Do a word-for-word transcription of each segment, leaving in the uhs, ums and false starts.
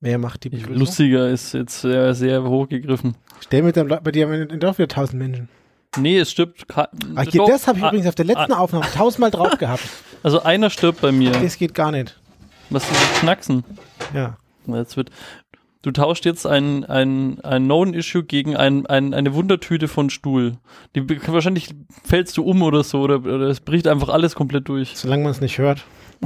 Wer macht die Begrüßung? Lustiger ist jetzt sehr, sehr hochgegriffen. Stell mir dann bei dir in Dorf wieder tausend Menschen. Nee, es stirbt. Ka- Ach, hier, das habe ich ah, übrigens auf der letzten ah, Aufnahme tausendmal drauf gehabt. Also einer stirbt bei mir. Das geht gar nicht. Was ist das Knacksen? Ja. Jetzt wird, du tauscht jetzt ein, ein, ein Known-Issue gegen ein, ein, eine Wundertüte von Stuhl. Die, wahrscheinlich fällst du um oder so, oder, oder es bricht einfach alles komplett durch. Solange man es nicht hört.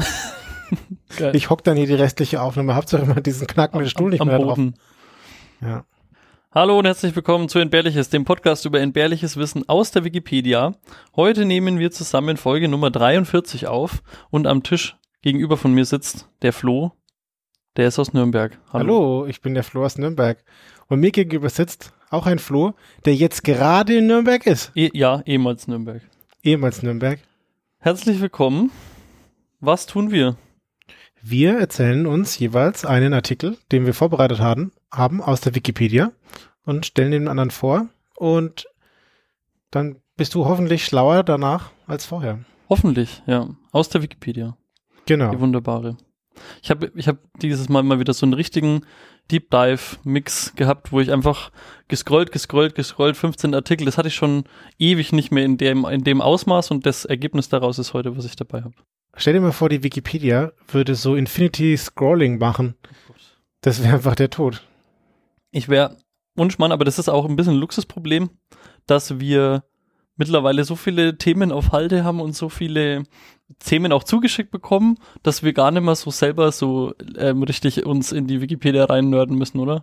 Ich hock dann hier die restliche Aufnahme. Hauptsache immer diesen knackenden Stuhl nicht am mehr Boden. Drauf. Ja. Hallo und herzlich willkommen zu Entbehrliches, dem Podcast über entbehrliches Wissen aus der Wikipedia. Heute nehmen wir zusammen Folge Nummer dreiundvierzig auf und am Tisch gegenüber von mir sitzt der Flo, der ist aus Nürnberg. Hallo, Hallo ich bin der Flo aus Nürnberg. Und mir gegenüber sitzt auch ein Flo, der jetzt gerade in Nürnberg ist. E- ja, ehemals Nürnberg. Ehemals Nürnberg. Herzlich willkommen. Was tun wir? Wir erzählen uns jeweils einen Artikel, den wir vorbereitet haben, haben aus der Wikipedia und stellen den anderen vor und dann bist du hoffentlich schlauer danach als vorher. Hoffentlich, ja. Aus der Wikipedia. Genau. Die wunderbare. Ich habe ich hab dieses Mal mal wieder so einen richtigen Deep Dive Mix gehabt, wo ich einfach gescrollt, gescrollt, gescrollt, fünfzehn Artikel, das hatte ich schon ewig nicht mehr in dem, in dem Ausmaß und das Ergebnis daraus ist heute, was ich dabei habe. Stell dir mal vor, die Wikipedia würde so Infinity Scrolling machen. Das wäre einfach der Tod. Ich wäre Wunschmann, aber das ist auch ein bisschen ein Luxusproblem, dass wir mittlerweile so viele Themen auf Halde haben und so viele Themen auch zugeschickt bekommen, dass wir gar nicht mehr so selber so ähm, richtig uns in die Wikipedia rein nerden müssen, oder?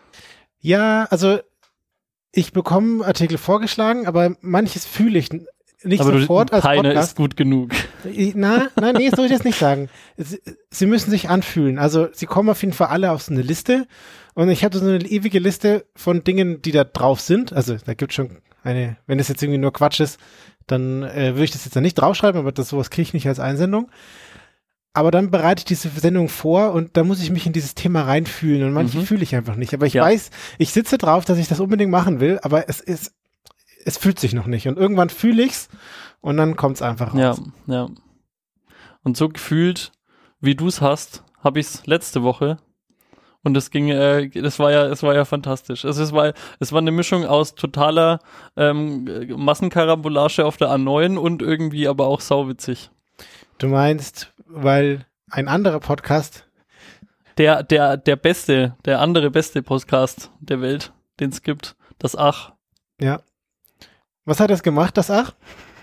Ja, also ich bekomme Artikel vorgeschlagen, aber manches fühle ich nicht aber sofort du, als keiner Podcast. Ist gut genug. Na, nein, nee, soll ich das nicht sagen. Sie, sie müssen sich anfühlen. Also sie kommen auf jeden Fall alle auf so eine Liste und ich habe so eine ewige Liste von Dingen, die da drauf sind. Also da gibt es schon eine, wenn das jetzt irgendwie nur Quatsch ist, dann äh, würde ich das jetzt da nicht draufschreiben, aber das sowas kriege ich nicht als Einsendung. Aber dann bereite ich diese Sendung vor und da muss ich mich in dieses Thema reinfühlen und manche mhm. fühle ich einfach nicht. Aber ich ja. weiß, ich sitze drauf, dass ich das unbedingt machen will, aber es ist es fühlt sich noch nicht. Und irgendwann fühle ich's und dann kommt's einfach raus. Ja, ja. Und so gefühlt, wie du's hast, habe ich's letzte Woche. Und das ging, äh, das war ja, es war ja fantastisch. Also es war, es war eine Mischung aus totaler ähm, Massenkarambolage auf der A neun und irgendwie aber auch sauwitzig. Du meinst, weil ein anderer Podcast der, der, der beste, der andere beste Podcast der Welt, den es gibt, das Ach. Ja. Was hat das gemacht, das Ach?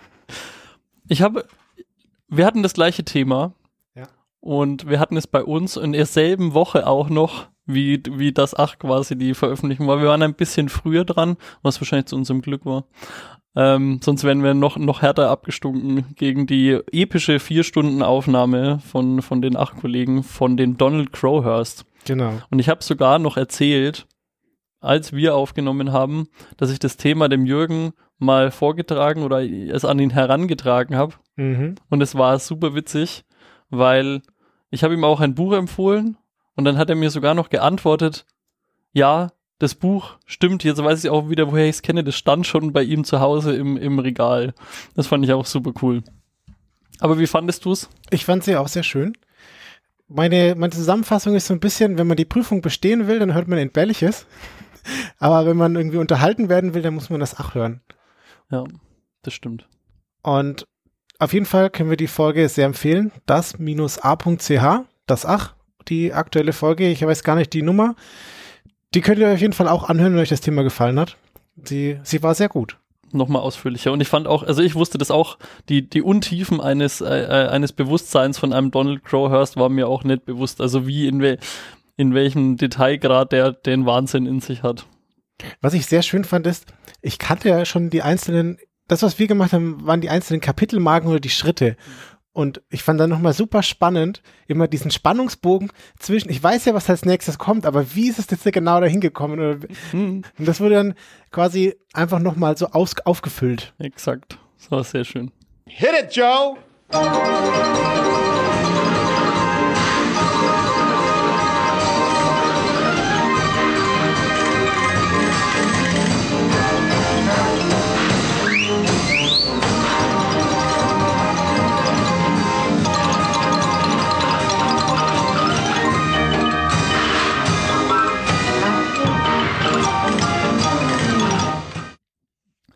Ich habe, wir hatten das gleiche Thema. Ja. Und wir hatten es bei uns in derselben Woche auch noch, wie, wie das Ach quasi die Veröffentlichung war. Wir waren ein bisschen früher dran, was wahrscheinlich zu unserem Glück war. Ähm, sonst wären wir noch, noch härter abgestunken gegen die epische Vier-Stunden-Aufnahme von, von den Ach-Kollegen von den Donald Crowhurst. Genau. Und ich habe sogar noch erzählt, als wir aufgenommen haben, dass ich das Thema dem Jürgen mal vorgetragen oder es an ihn herangetragen habe. Mhm. Und es war super witzig, weil ich habe ihm auch ein Buch empfohlen und dann hat er mir sogar noch geantwortet, ja, das Buch stimmt, jetzt weiß ich auch wieder, woher ich es kenne, das stand schon bei ihm zu Hause im, im Regal. Das fand ich auch super cool. Aber wie fandest du es? Ich fand sie auch sehr schön. Meine, meine Zusammenfassung ist so ein bisschen, wenn man die Prüfung bestehen will, dann hört man Entbehrliches. Aber wenn man irgendwie unterhalten werden will, dann muss man das Ach hören. Ja, das stimmt. Und auf jeden Fall können wir die Folge sehr empfehlen. Das A Punkt C H, das Ach, die aktuelle Folge. Ich weiß gar nicht die Nummer. Die könnt ihr euch auf jeden Fall auch anhören, wenn euch das Thema gefallen hat. Sie, sie war sehr gut. Nochmal ausführlicher. Und ich fand auch, also ich wusste das auch, die, die Untiefen eines, äh, eines Bewusstseins von einem Donald Crowhurst war mir auch nicht bewusst. Also wie, in, we in welchem Detailgrad der den Wahnsinn in sich hat. Was ich sehr schön fand ist, ich kannte ja schon die einzelnen, das was wir gemacht haben, waren die einzelnen Kapitelmarken oder die Schritte. Und ich fand dann nochmal super spannend, immer diesen Spannungsbogen zwischen, ich weiß ja, was als nächstes kommt, aber wie ist es jetzt genau dahin gekommen? Oder, mhm. Und das wurde dann quasi einfach nochmal so aus, aufgefüllt. Exakt, das war sehr schön. Hit it, Joe!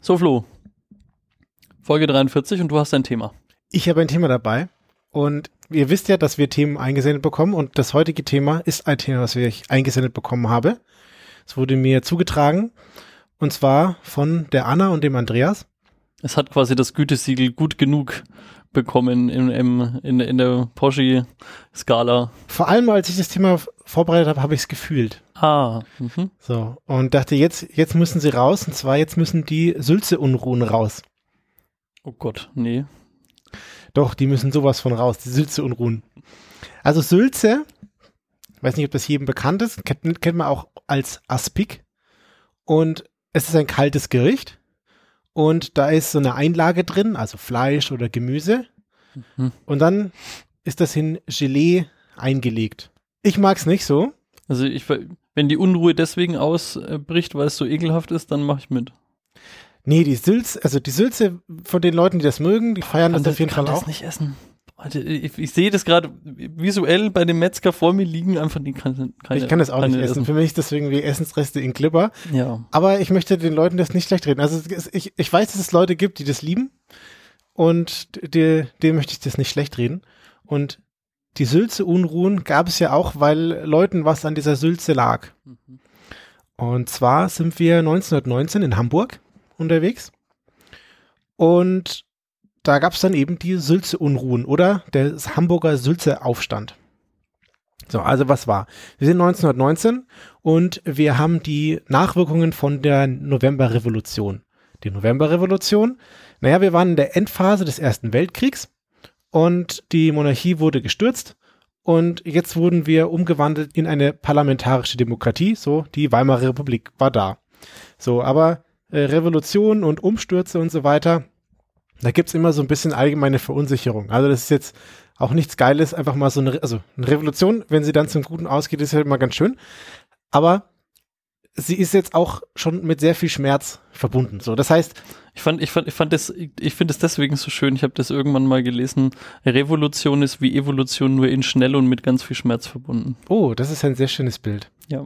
So, Flo. Folge dreiundvierzig und du hast ein Thema. Ich habe ein Thema dabei und ihr wisst ja, dass wir Themen eingesendet bekommen und das heutige Thema ist ein Thema, was ich eingesendet bekommen habe. Es wurde mir zugetragen und zwar von der Anna und dem Andreas. Es hat quasi das Gütesiegel gut genug bekommen in, in, in, in der Porsche-Skala. Vor allem, als ich das Thema vorbereitet habe, habe ich es gefühlt. Ah. Mhm. So, und dachte, jetzt, jetzt müssen sie raus und zwar jetzt müssen die Sülze-Unruhen raus. Oh Gott, nee. Doch, die müssen sowas von raus, die Sülze-Unruhen. Also Sülze, weiß nicht, ob das jedem bekannt ist, kennt, kennt man auch als Aspik. Und es ist ein kaltes Gericht. Und da ist so eine Einlage drin, also Fleisch oder Gemüse. Mhm. Und dann ist das in Gelee eingelegt. Ich mag es nicht so. Also ich, wenn die Unruhe deswegen ausbricht, weil es so ekelhaft ist, dann mache ich mit. Nee, die Sülze, also die Sülze von den Leuten, die das mögen, die feiern das Also auf jeden ich kann Fall das auch. nicht essen. Alter, ich, ich sehe das gerade visuell bei dem Metzger vor mir liegen, einfach die kann, keine, Ich kann das auch nicht keine essen. Für mich ist das irgendwie Essensreste in Glibber. Ja. Aber ich möchte den Leuten das nicht schlecht reden. Also es- ich, ich weiß, dass es Leute gibt, die das lieben und die, denen möchte ich das nicht schlecht reden. Und die Sülze-Unruhen gab es ja auch, weil Leuten was an dieser Sülze lag. Mhm. Und zwar sind wir neunzehnhundertneunzehn in Hamburg unterwegs und da gab es dann eben die Sülze-Unruhen oder der Hamburger Sülze-Aufstand. So, also was war? Wir sind neunzehnhundertneunzehn und wir haben die Nachwirkungen von der Novemberrevolution. Die Novemberrevolution, naja, wir waren in der Endphase des Ersten Weltkriegs und die Monarchie wurde gestürzt und jetzt wurden wir umgewandelt in eine parlamentarische Demokratie, so die Weimarer Republik war da. So, aber äh, Revolution und Umstürze und so weiter, da gibt's immer so ein bisschen allgemeine Verunsicherung. Also das ist jetzt auch nichts Geiles, einfach mal so eine, also eine Revolution, wenn sie dann zum Guten ausgeht, ist ja immer ganz schön. Aber sie ist jetzt auch schon mit sehr viel Schmerz verbunden. So, das heißt, Ich fand, ich fand, ich fand das, ich finde es deswegen so schön. Ich habe das irgendwann mal gelesen. Revolution ist wie Evolution, nur in schnell und mit ganz viel Schmerz verbunden. oh, das ist ein sehr schönes Bild. Ja.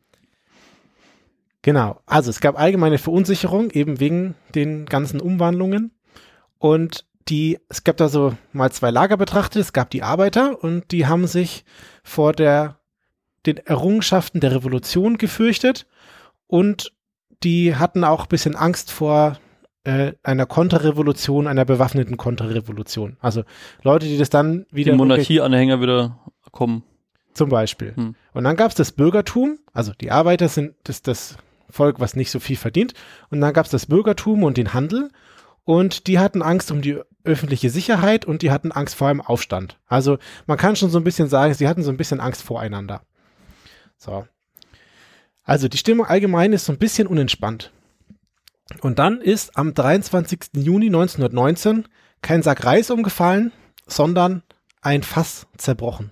Genau. Also es gab allgemeine Verunsicherung, eben wegen den ganzen Umwandlungen. Und die, es gab da so mal zwei Lager betrachtet. Es gab die Arbeiter und die haben sich vor der, den Errungenschaften der Revolution gefürchtet und die hatten auch ein bisschen Angst vor äh, einer Konterrevolution, einer bewaffneten Konterrevolution. Also Leute, die das dann Die wieder wirklich- Monarchieanhänger wieder kommen. zum Beispiel. Hm. Und dann gab es das Bürgertum, also die Arbeiter sind das, das Volk, was nicht so viel verdient. Und dann gab es das Bürgertum und den Handel. Und die hatten Angst um die öffentliche Sicherheit und die hatten Angst vor einem Aufstand. Also man kann schon so ein bisschen sagen, sie hatten so ein bisschen Angst voreinander. So. Also die Stimmung allgemein ist so ein bisschen unentspannt. Und dann ist am dreiundzwanzigsten Juni neunzehnhundertneunzehn kein Sack Reis umgefallen, sondern ein Fass zerbrochen.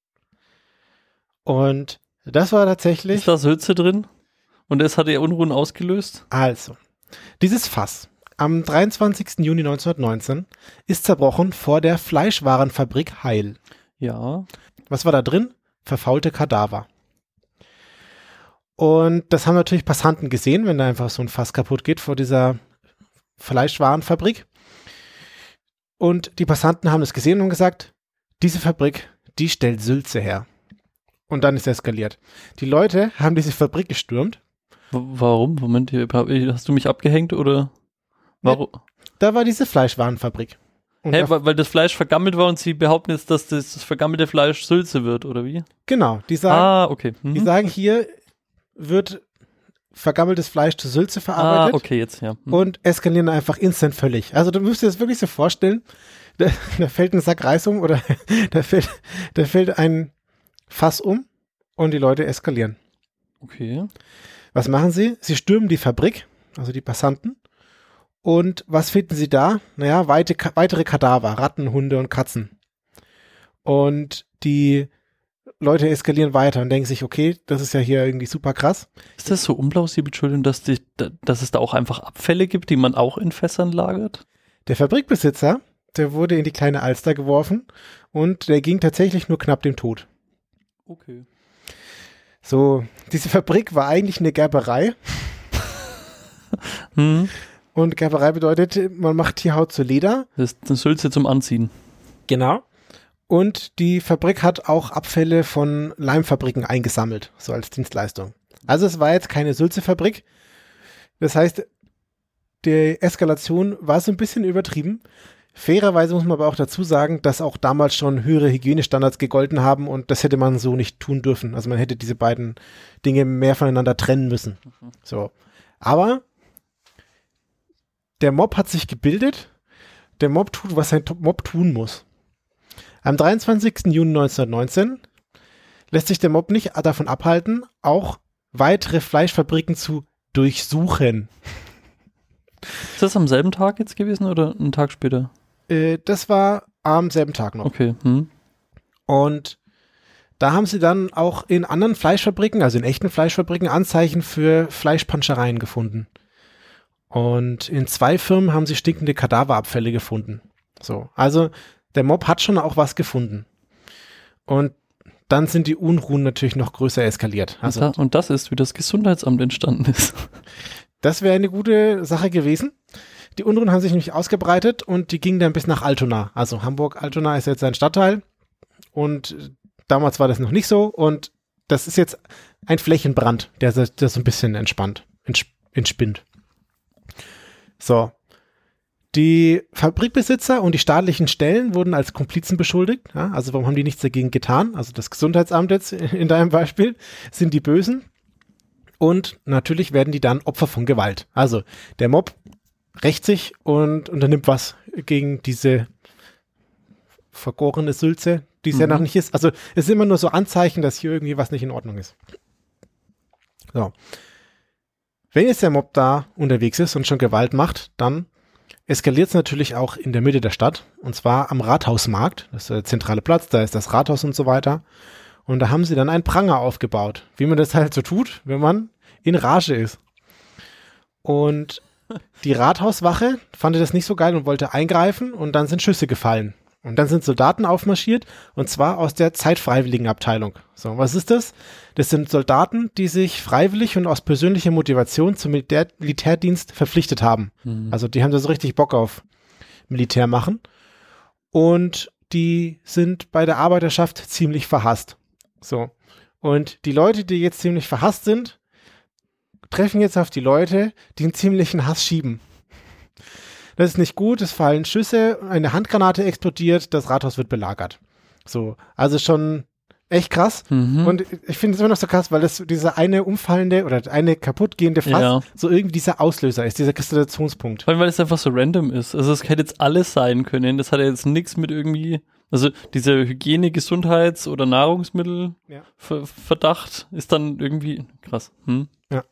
Und das war tatsächlich, Ist da Sülze drin? Und es hat ja Unruhen ausgelöst? also, dieses Fass am dreiundzwanzigsten Juni neunzehnhundertneunzehn ist zerbrochen vor der Fleischwarenfabrik Heil. Ja. Was war da drin? Verfaulte Kadaver. Und das haben natürlich Passanten gesehen, wenn da einfach so ein Fass kaputt geht vor dieser Fleischwarenfabrik. Und die Passanten haben das gesehen und gesagt, diese Fabrik, die stellt Sülze her. Und dann ist eskaliert. Die Leute haben diese Fabrik gestürmt. W warum? Moment, hier, hab ich- hast du mich abgehängt oder? Warum? Da war diese Fleischwarenfabrik. Und Hä, da, weil, weil das Fleisch vergammelt war und sie behaupten jetzt, dass das, das vergammelte Fleisch Sülze wird, oder wie? genau, die sagen, Ah, okay. Mhm. die sagen, hier wird vergammeltes Fleisch zu Sülze ah, verarbeitet. okay, jetzt, ja. Mhm. Und eskalieren einfach instant völlig. Also du müsst dir das wirklich so vorstellen, da, da fällt ein Sack Reis um oder da fällt, da fällt ein Fass um und die Leute eskalieren. Okay. Was machen sie? Sie stürmen die Fabrik, also die Passanten. Und was finden sie da? Naja, weite, weitere Kadaver, Ratten, Hunde und Katzen. Und die Leute eskalieren weiter und denken sich, okay, das ist ja hier irgendwie super krass. Ist das so unplausibel, Entschuldigung, dass, die, da, dass es da auch einfach Abfälle gibt, die man auch in Fässern lagert? Der Fabrikbesitzer, der wurde in die kleine Alster geworfen und der ging tatsächlich nur knapp dem Tod. Okay. So, diese Fabrik war eigentlich eine Gerberei. Hm. Und Gerberei bedeutet, man macht Tierhaut zu Leder. Das ist eine Sülze zum Anziehen. Genau. Und die Fabrik hat auch Abfälle von Leimfabriken eingesammelt, so als Dienstleistung. Also es war jetzt keine Sülzefabrik. Das heißt, die Eskalation war so ein bisschen übertrieben. Fairerweise muss man aber auch dazu sagen, dass auch damals schon höhere Hygienestandards gegolten haben und das hätte man so nicht tun dürfen. Also man hätte diese beiden Dinge mehr voneinander trennen müssen. Mhm. So. Aber der Mob hat sich gebildet. Der Mob tut, was ein Mob tun muss. Am dreiundzwanzigsten Juni neunzehnhundertneunzehn lässt sich der Mob nicht davon abhalten, auch weitere Fleischfabriken zu durchsuchen. Ist das am selben Tag jetzt gewesen oder einen Tag später? Äh, das war am selben Tag noch. Okay. Hm. Und da haben sie dann auch in anderen Fleischfabriken, also in echten Fleischfabriken, Anzeichen für Fleischpanschereien gefunden. Und in zwei Firmen haben sie stinkende Kadaverabfälle gefunden. So, also der Mob hat schon auch was gefunden. Und dann sind die Unruhen natürlich noch größer eskaliert. Also, und, da, und das ist, wie das Gesundheitsamt entstanden ist. Das wäre eine gute Sache gewesen. Die Unruhen haben sich nämlich ausgebreitet und die gingen dann bis nach Altona. Also Hamburg-Altona ist jetzt ein Stadtteil und damals war das noch nicht so und das ist jetzt ein Flächenbrand, der das so ein bisschen entspannt, entspinnt. So. Die Fabrikbesitzer und die staatlichen Stellen wurden als Komplizen beschuldigt. Ja, also warum haben die nichts dagegen getan? Also das Gesundheitsamt jetzt in deinem Beispiel sind die Bösen. Und natürlich werden die dann Opfer von Gewalt. Also der Mob rächt sich und unternimmt was gegen diese vergorene Sülze, die es mhm. ja noch nicht ist. Also es ist immer nur so Anzeichen, dass hier irgendwie was nicht in Ordnung ist. So. Wenn jetzt der Mob da unterwegs ist und schon Gewalt macht, dann eskaliert es natürlich auch in der Mitte der Stadt. Und zwar am Rathausmarkt. Das ist der zentrale Platz, da ist das Rathaus und so weiter. Und da haben sie dann einen Pranger aufgebaut, wie man das halt so tut, wenn man in Rage ist. Und die Rathauswache fand das nicht so geil und wollte eingreifen und dann sind Schüsse gefallen. Und dann sind Soldaten aufmarschiert und zwar aus der Zeitfreiwilligenabteilung. So, was ist das? Das sind Soldaten, die sich freiwillig und aus persönlicher Motivation zum Militär- Militärdienst verpflichtet haben. Mhm. Also die haben da so richtig Bock auf Militär machen. Und die sind bei der Arbeiterschaft ziemlich verhasst. So. Und die Leute, die jetzt ziemlich verhasst sind, treffen jetzt auf die Leute, die einen ziemlichen Hass schieben. Das ist nicht gut, es fallen Schüsse, eine Handgranate explodiert, das Rathaus wird belagert. So, also schon echt krass. Mhm. Und ich finde es immer noch so krass, weil das dieser eine umfallende oder eine kaputtgehende Fass ja. so irgendwie dieser Auslöser ist, dieser Kristallationspunkt. Vor allem, weil es einfach so random ist. Also es hätte jetzt alles sein können. Das hat ja jetzt nichts mit irgendwie, also dieser Hygiene-, Gesundheits- oder Nahrungsmittelverdacht ja. ist dann irgendwie krass. Hm? Ja.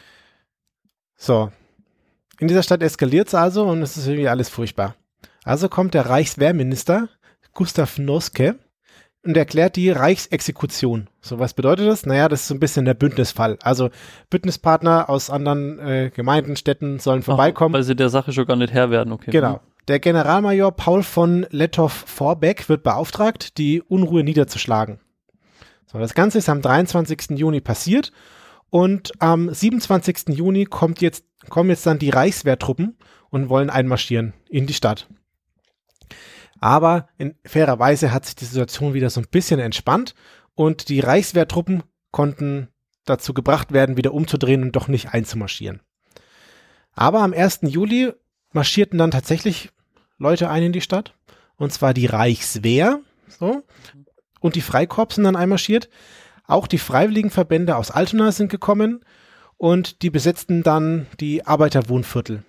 So. In dieser Stadt eskaliert es also und es ist irgendwie alles furchtbar. Also kommt der Reichswehrminister Gustav Noske und erklärt die Reichsexekution. So, was bedeutet das? Naja, das ist so ein bisschen der Bündnisfall. Also Bündnispartner aus anderen äh, Gemeinden, Städten sollen vorbeikommen. Ach, weil sie der Sache schon gar nicht Herr werden, okay. Genau. Der Generalmajor Paul von Lettow-Vorbeck wird beauftragt, die Unruhe niederzuschlagen. So, das Ganze ist am dreiundzwanzigsten Juni passiert und am siebenundzwanzigsten Juni kommt jetzt, kommen jetzt dann die Reichswehrtruppen und wollen einmarschieren in die Stadt. Aber in fairer Weise hat sich die Situation wieder so ein bisschen entspannt und die Reichswehrtruppen konnten dazu gebracht werden, wieder umzudrehen und doch nicht einzumarschieren. Aber am ersten Juli marschierten dann tatsächlich Leute ein in die Stadt, und zwar die Reichswehr, so, und die Freikorps sind dann einmarschiert. Auch die Freiwilligenverbände aus Altona sind gekommen und die besetzten dann die Arbeiterwohnviertel.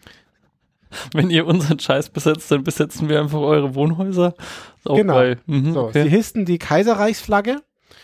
Wenn ihr unseren Scheiß besetzt, dann besetzen wir einfach eure Wohnhäuser. Auch genau. Bei, mhm, so, okay. Sie hissten die Kaiserreichsflagge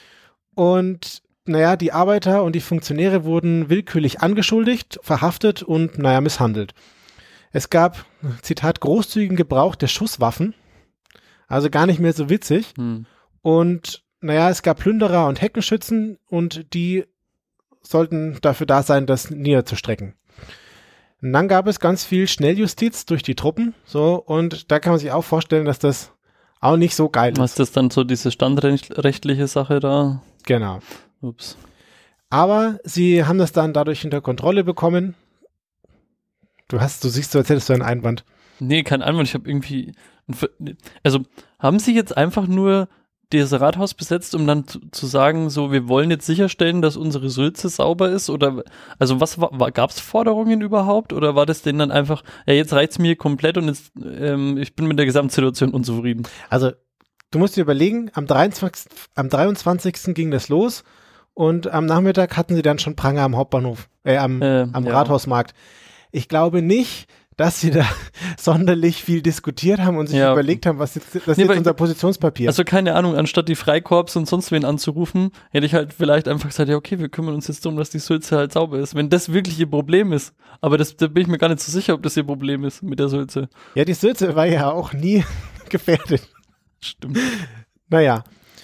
und naja, die Arbeiter und die Funktionäre wurden willkürlich angeschuldigt, verhaftet und naja, misshandelt. Es gab, Zitat, großzügigen Gebrauch der Schusswaffen, also gar nicht mehr so witzig. Hm. Und naja, es gab Plünderer und Heckenschützen und die sollten dafür da sein, das niederzustrecken. Und dann gab es ganz viel Schnelljustiz durch die Truppen, so, und da kann man sich auch vorstellen, dass das auch nicht so geil ist. Was ist das dann so diese standrechtliche Sache da? Genau. Ups. Aber sie haben das dann dadurch unter Kontrolle bekommen. Du hast, du siehst so, als hättest du einen Einwand. Nee, kein Einwand. Ich habe irgendwie, also haben sie jetzt einfach nur das Rathaus besetzt, um dann zu, zu sagen, so, wir wollen jetzt sicherstellen, dass unsere Sülze sauber ist? Oder, also was war, gab es Forderungen überhaupt? Oder war das denen dann einfach, ja, jetzt reicht's mir komplett und jetzt, ähm, ich bin mit der Gesamtsituation unzufrieden? Also, du musst dir überlegen, am dreiundzwanzigsten am dreiundzwanzigsten ging das los und am Nachmittag hatten sie dann schon Pranger am Hauptbahnhof, äh, am, äh, am ja. Rathausmarkt. Ich glaube nicht, dass sie da sonderlich viel diskutiert haben und sich ja. überlegt haben, was jetzt, das ist nee, jetzt unser Positionspapier. Also keine Ahnung, anstatt die Freikorps und sonst wen anzurufen, hätte ich halt vielleicht einfach gesagt, ja okay, wir kümmern uns jetzt darum, dass die Sülze halt sauber ist. Wenn das wirklich ihr Problem ist. Aber das, da bin ich mir gar nicht so sicher, ob das ihr Problem ist mit der Sülze. Ja, die Sülze war ja auch nie gefährdet. Stimmt. Naja.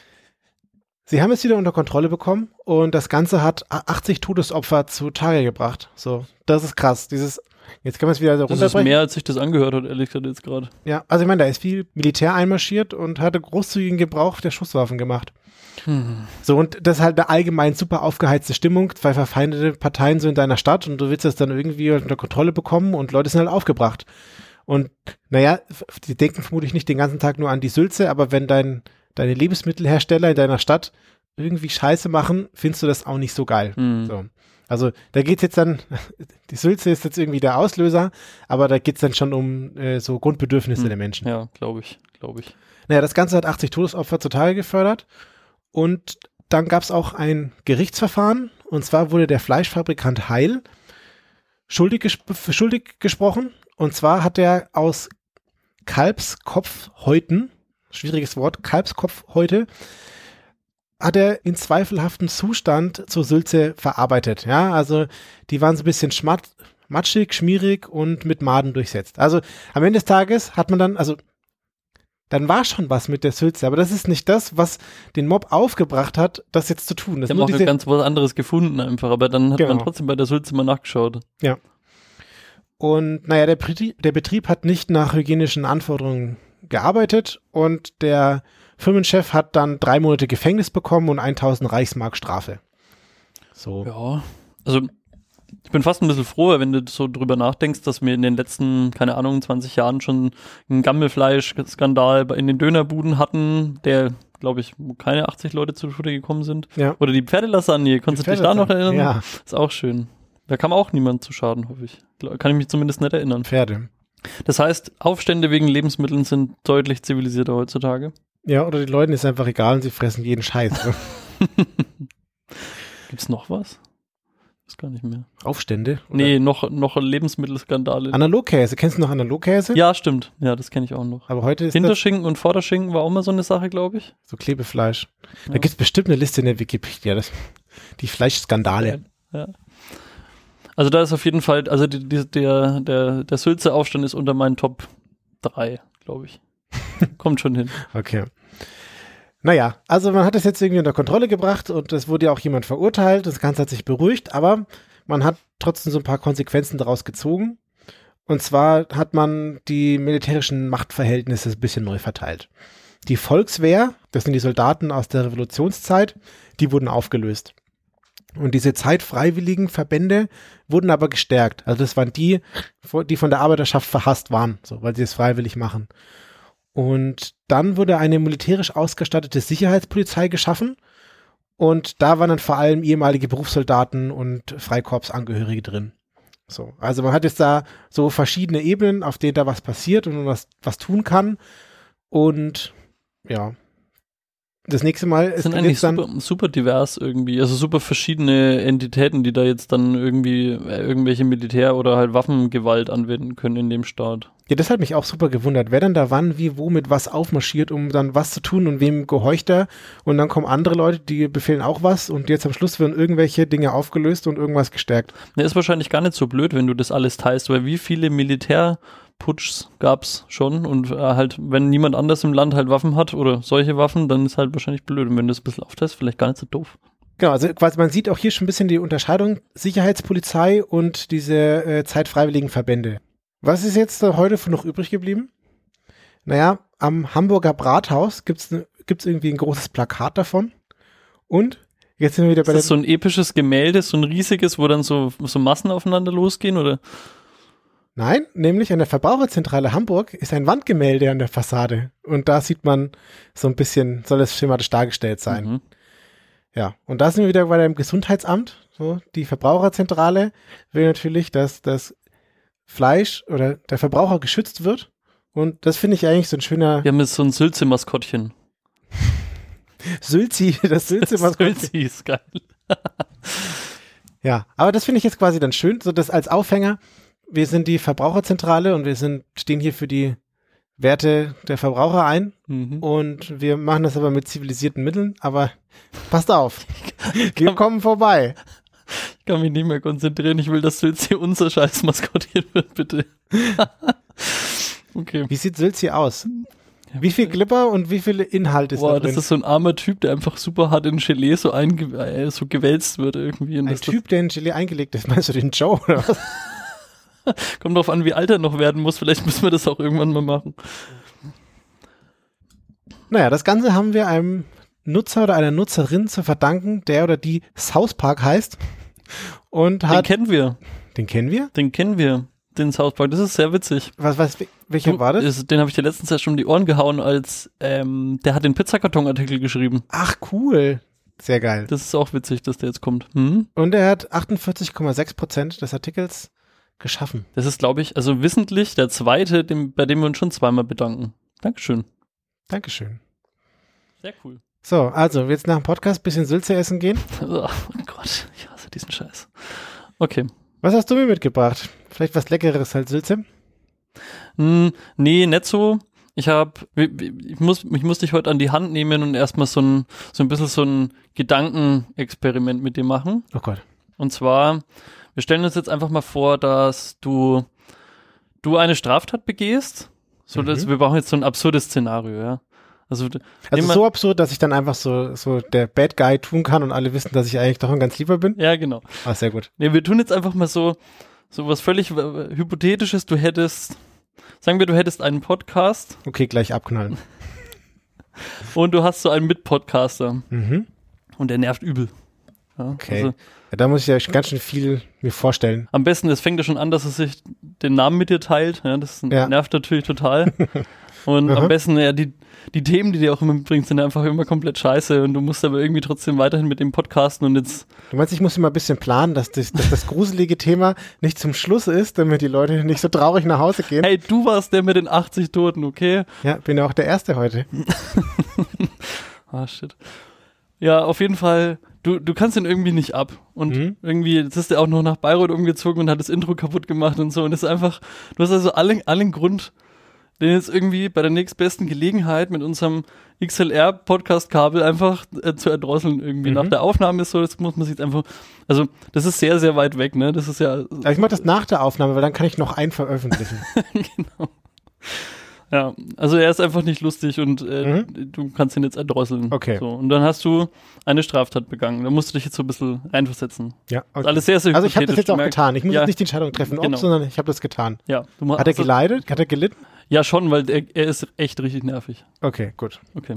Sie haben es wieder unter Kontrolle bekommen und das Ganze hat achtzig Todesopfer zutage gebracht. So, das ist krass. Dieses Jetzt kann man es wieder so runterbrechen. Das ist mehr, als sich das angehört hat, ehrlich gesagt, jetzt gerade. Ja, also ich meine, da ist viel Militär einmarschiert und hatte großzügigen Gebrauch der Schusswaffen gemacht. Hm. So, und das ist halt eine allgemein super aufgeheizte Stimmung, zwei verfeindete Parteien so in deiner Stadt und du willst das dann irgendwie unter Kontrolle bekommen und Leute sind halt aufgebracht. Und naja, die denken vermutlich nicht den ganzen Tag nur an die Sülze, aber wenn dein, deine Lebensmittelhersteller in deiner Stadt irgendwie Scheiße machen, findest du das auch nicht so geil. Hm. So. Also da geht's jetzt dann, die Sülze ist jetzt irgendwie der Auslöser, aber da geht's dann schon um äh, so Grundbedürfnisse hm. der Menschen. Ja, glaube ich, glaube ich. Naja, das Ganze hat achtzig Todesopfer zutage gefördert und dann gab's auch ein Gerichtsverfahren und zwar wurde der Fleischfabrikant Heil schuldig, gesp- schuldig gesprochen und zwar hat er aus Kalbskopfhäuten, schwieriges Wort, Kalbskopfhäute, hat er in zweifelhaftem Zustand zur Sülze verarbeitet. Ja, also die waren so ein bisschen schmat, matschig, schmierig und mit Maden durchsetzt. Also am Ende des Tages hat man dann, also dann war schon was mit der Sülze, aber das ist nicht das, was den Mob aufgebracht hat, das jetzt zu tun. Das die haben auch diese, ganz was anderes gefunden einfach, aber dann hat genau. man trotzdem bei der Sülze mal nachgeschaut. Ja. Und naja, der Betrieb, der Betrieb hat nicht nach hygienischen Anforderungen gearbeitet und der Firmenchef hat dann drei Monate Gefängnis bekommen und tausend Reichsmark Strafe. So. Ja, also ich bin fast ein bisschen froh, wenn du so drüber nachdenkst, dass wir in den letzten, keine Ahnung, zwanzig Jahren schon einen Gammelfleisch-Skandal in den Dönerbuden hatten, der, glaube ich, keine achtzig Leute zu Tode gekommen sind. Ja. Oder die Pferdelasagne, konntest du dich da noch erinnern? Ja. Ist auch schön. Da kam auch niemand zu Schaden, hoffe ich. Kann ich mich zumindest nicht erinnern. Pferde. Das heißt, Aufstände wegen Lebensmitteln sind deutlich zivilisierter heutzutage. Ja, oder den Leuten ist einfach egal und sie fressen jeden Scheiß. Ne? Gibt's noch was? Das gar nicht mehr. Aufstände? Oder? Nee, noch, noch Lebensmittelskandale. Analogkäse. Kennst du noch Analogkäse? Ja, stimmt. Ja, das kenne ich auch noch. Aber heute ist Hinterschinken und Vorderschinken war auch mal so eine Sache, glaube ich. So Klebefleisch. Ja. Da gibt's bestimmt eine Liste in der Wikipedia. Das, die Fleischskandale. Ja. Also da ist auf jeden Fall, also die, die, der, der, der Sülze-Aufstand ist unter meinen Top drei, glaube ich. Kommt schon hin. Okay. Naja, also man hat es jetzt irgendwie unter Kontrolle gebracht und es wurde ja auch jemand verurteilt. Das Ganze hat sich beruhigt, aber man hat trotzdem so ein paar Konsequenzen daraus gezogen. Und zwar hat man die militärischen Machtverhältnisse ein bisschen neu verteilt. Die Volkswehr, das sind die Soldaten aus der Revolutionszeit, die wurden aufgelöst. Und diese zeitfreiwilligen Verbände wurden aber gestärkt. Also das waren die, die von der Arbeiterschaft verhasst waren, so, weil sie es freiwillig machen. Und dann wurde eine militärisch ausgestattete Sicherheitspolizei geschaffen. Und da waren dann vor allem ehemalige Berufssoldaten und Freikorpsangehörige drin. So, also man hat jetzt da so verschiedene Ebenen, auf denen da was passiert und man was, was tun kann. Und ja, das nächste Mal ist sind eigentlich super, super divers irgendwie, also super verschiedene Entitäten, die da jetzt dann irgendwie äh, irgendwelche Militär- oder halt Waffengewalt anwenden können in dem Staat. Ja, das hat mich auch super gewundert, wer dann da wann, wie, wo mit was aufmarschiert, um dann was zu tun und wem gehorcht er und dann kommen andere Leute, die befehlen auch was und jetzt am Schluss werden irgendwelche Dinge aufgelöst und irgendwas gestärkt. Ne, ist wahrscheinlich gar nicht so blöd, wenn du das alles teilst, weil wie viele Militär Putschs gab's schon und äh, halt, wenn niemand anders im Land halt Waffen hat oder solche Waffen, dann ist halt wahrscheinlich blöd. Und wenn du das ein bisschen auftest, vielleicht gar nicht so doof. Genau, also quasi man sieht auch hier schon ein bisschen die Unterscheidung Sicherheitspolizei und diese äh, zeitfreiwilligen Verbände. Was ist jetzt äh, heute von noch übrig geblieben? Naja, am Hamburger Brathaus gibt's, ne, gibt's irgendwie ein großes Plakat davon und jetzt sind wir wieder bei der... Ist das so ein episches Gemälde, so ein riesiges, wo dann so, so Massen aufeinander losgehen oder... Nein, nämlich an der Verbraucherzentrale Hamburg ist ein Wandgemälde an der Fassade. Und da sieht man so ein bisschen, soll es schematisch dargestellt sein. Mhm. Ja, und da sind wir wieder bei dem Gesundheitsamt. So, die Verbraucherzentrale will natürlich, dass das Fleisch oder der Verbraucher geschützt wird. Und das finde ich eigentlich so ein schöner... Wir haben jetzt so ein Sülze-Maskottchen. Sülzi, das Sülze-Maskottchen. Sülzi ist geil. Ja, aber das finde ich jetzt quasi dann schön, so das als Aufhänger. Wir sind die Verbraucherzentrale und wir sind, stehen hier für die Werte der Verbraucher ein. Mhm. Und wir machen das aber mit zivilisierten Mitteln. Aber passt auf, wir kommen vorbei. Ich kann mich nicht mehr konzentrieren. Ich will, dass Sülzi unser scheiß Maskottchen wird, bitte. Okay. Wie sieht Sülzi aus? Wie viel Glipper und wie viel Inhalt ist Boah, da drin? das ist so ein armer Typ, der einfach super hart in Gelee so, einge äh, so gewälzt wird irgendwie. Und Ein das, Typ, der in Gelee eingelegt ist. Meinst du den Joe oder was? das kommt drauf an, wie alt er noch werden muss. Vielleicht müssen wir das auch irgendwann mal machen. Naja, das Ganze haben wir einem Nutzer oder einer Nutzerin zu verdanken, der oder die South Park heißt. Und Den hat. kennen wir. Den kennen wir? Den kennen wir. Den South Park. Das ist sehr witzig. Was, was, welcher Du, war das? ist, den habe ich dir letztens ja schon um die Ohren gehauen, als ähm, der hat den Pizzakarton-Artikel geschrieben. Ach, cool. Sehr geil. Das ist auch witzig, dass der jetzt kommt. Hm? Und er hat achtundvierzig Komma sechs Prozent des Artikels geschaffen. Das ist, glaube ich, also wissentlich der zweite, dem, bei dem wir uns schon zweimal bedanken. Dankeschön. Dankeschön. Sehr cool. So, also jetzt nach dem Podcast ein bisschen Sülze essen gehen. Oh Gott, ich hasse diesen Scheiß. Okay. Was hast du mir mitgebracht? Vielleicht was Leckeres als Sülze? Hm, nee, nicht so. Ich habe, ich muss, ich muss dich heute an die Hand nehmen und erstmal so ein, so ein bisschen so ein Gedankenexperiment mit dir machen. Oh Gott. Und zwar, wir stellen uns jetzt einfach mal vor, dass du, du eine Straftat begehst. So, Mhm. dass wir brauchen jetzt so ein absurdes Szenario, ja. Also, Also nehmen wir- so absurd, dass ich dann einfach so, so der Bad Guy tun kann und alle wissen, dass ich eigentlich doch ein ganz lieber bin? ja, genau. Ah, sehr gut. Nee, wir tun jetzt einfach mal so, so was völlig äh, Hypothetisches. Du hättest, sagen wir, du hättest einen Podcast Okay, gleich abknallen. und du hast so einen Mitpodcaster Mhm. und der nervt übel. Ja, Okay. also Ja, da muss ich ja ganz schön viel mir vorstellen. am besten, es fängt ja schon an, dass er sich den Namen mit dir teilt. Ja, das Ja. nervt natürlich total. Und Aha. am besten, ja, die, die Themen, die dir auch immer mitbringst, sind einfach immer komplett scheiße und du musst aber irgendwie trotzdem weiterhin mit dem podcasten und jetzt, Du meinst, ich muss immer ein bisschen planen, dass das, dass das gruselige Thema nicht zum Schluss ist, damit die Leute nicht so traurig nach Hause gehen? hey, du warst der mit den achtzig Toten, okay? Ja, bin ja auch der Erste heute. Ah, shit. Ja, auf jeden Fall, du, du kannst ihn irgendwie nicht ab. Und Mhm. irgendwie, jetzt ist er auch noch nach Bayreuth umgezogen und hat das Intro kaputt gemacht und so. Und es ist einfach, du hast also allen, allen Grund, den jetzt irgendwie bei der nächstbesten Gelegenheit mit unserem X L R-Podcast-Kabel einfach äh, zu erdrosseln irgendwie. Mhm. Nach der Aufnahme ist so, das muss man sich jetzt einfach, also das ist sehr, sehr weit weg, ne? Das ist ja, Aber ich mache das nach der Aufnahme, weil dann kann ich noch einen veröffentlichen. genau. Ja, also er ist einfach nicht lustig und äh, du kannst ihn jetzt erdrosseln. Okay. So, und dann hast du eine Straftat begangen. Da musst du dich jetzt so ein bisschen reinversetzen. Ja, Ist okay. alles sehr, sehr Also ich habe das hypothetisch, jetzt auch du merkst. getan. Ich muss Ja. jetzt nicht die Entscheidung treffen, ob, Genau. sondern ich habe das getan. Ja, du ma- Hat er also- geleidet? Hat er gelitten? Ja, schon, weil er, er ist echt richtig nervig. Okay, gut. Okay.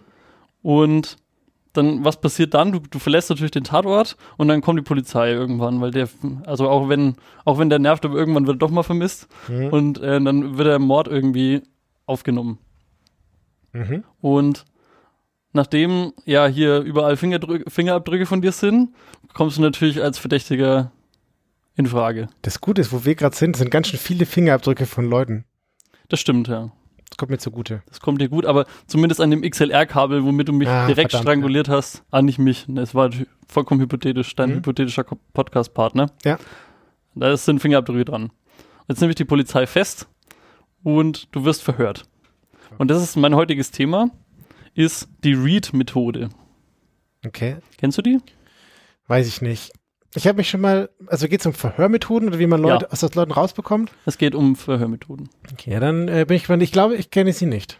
Und dann, was passiert dann? Du, du verlässt natürlich den Tatort und dann kommt die Polizei irgendwann, weil der, also auch wenn, auch wenn der nervt, aber irgendwann wird er doch mal vermisst Mhm. und äh, dann wird der Mord irgendwie aufgenommen. Mhm. Und nachdem ja hier überall Fingerdrück, Fingerabdrücke von dir sind, kommst du natürlich als Verdächtiger in Frage. Das Gute ist, wo wir gerade sind, sind ganz schön viele Fingerabdrücke von Leuten. Das stimmt, ja. Das kommt mir zugute. Das kommt dir gut, aber zumindest an dem X L R-Kabel, womit du mich Ah, direkt verdammt, stranguliert hast, ah, nicht mich. Es war vollkommen hypothetisch, dein Mhm. hypothetischer Ko- Podcast-Partner. Ja. Da sind Fingerabdrücke dran. Jetzt nehme ich die Polizei fest und du wirst verhört. Und das ist mein heutiges Thema, ist die Read-Methode. Okay. Kennst du die? Weiß ich nicht. Ich habe mich schon mal, also geht es um Verhörmethoden oder wie man Leute Ja. aus den Leuten rausbekommt? Es geht um Verhörmethoden. Okay, ja, dann äh, bin ich gespannt. Ich glaube, ich kenne sie nicht.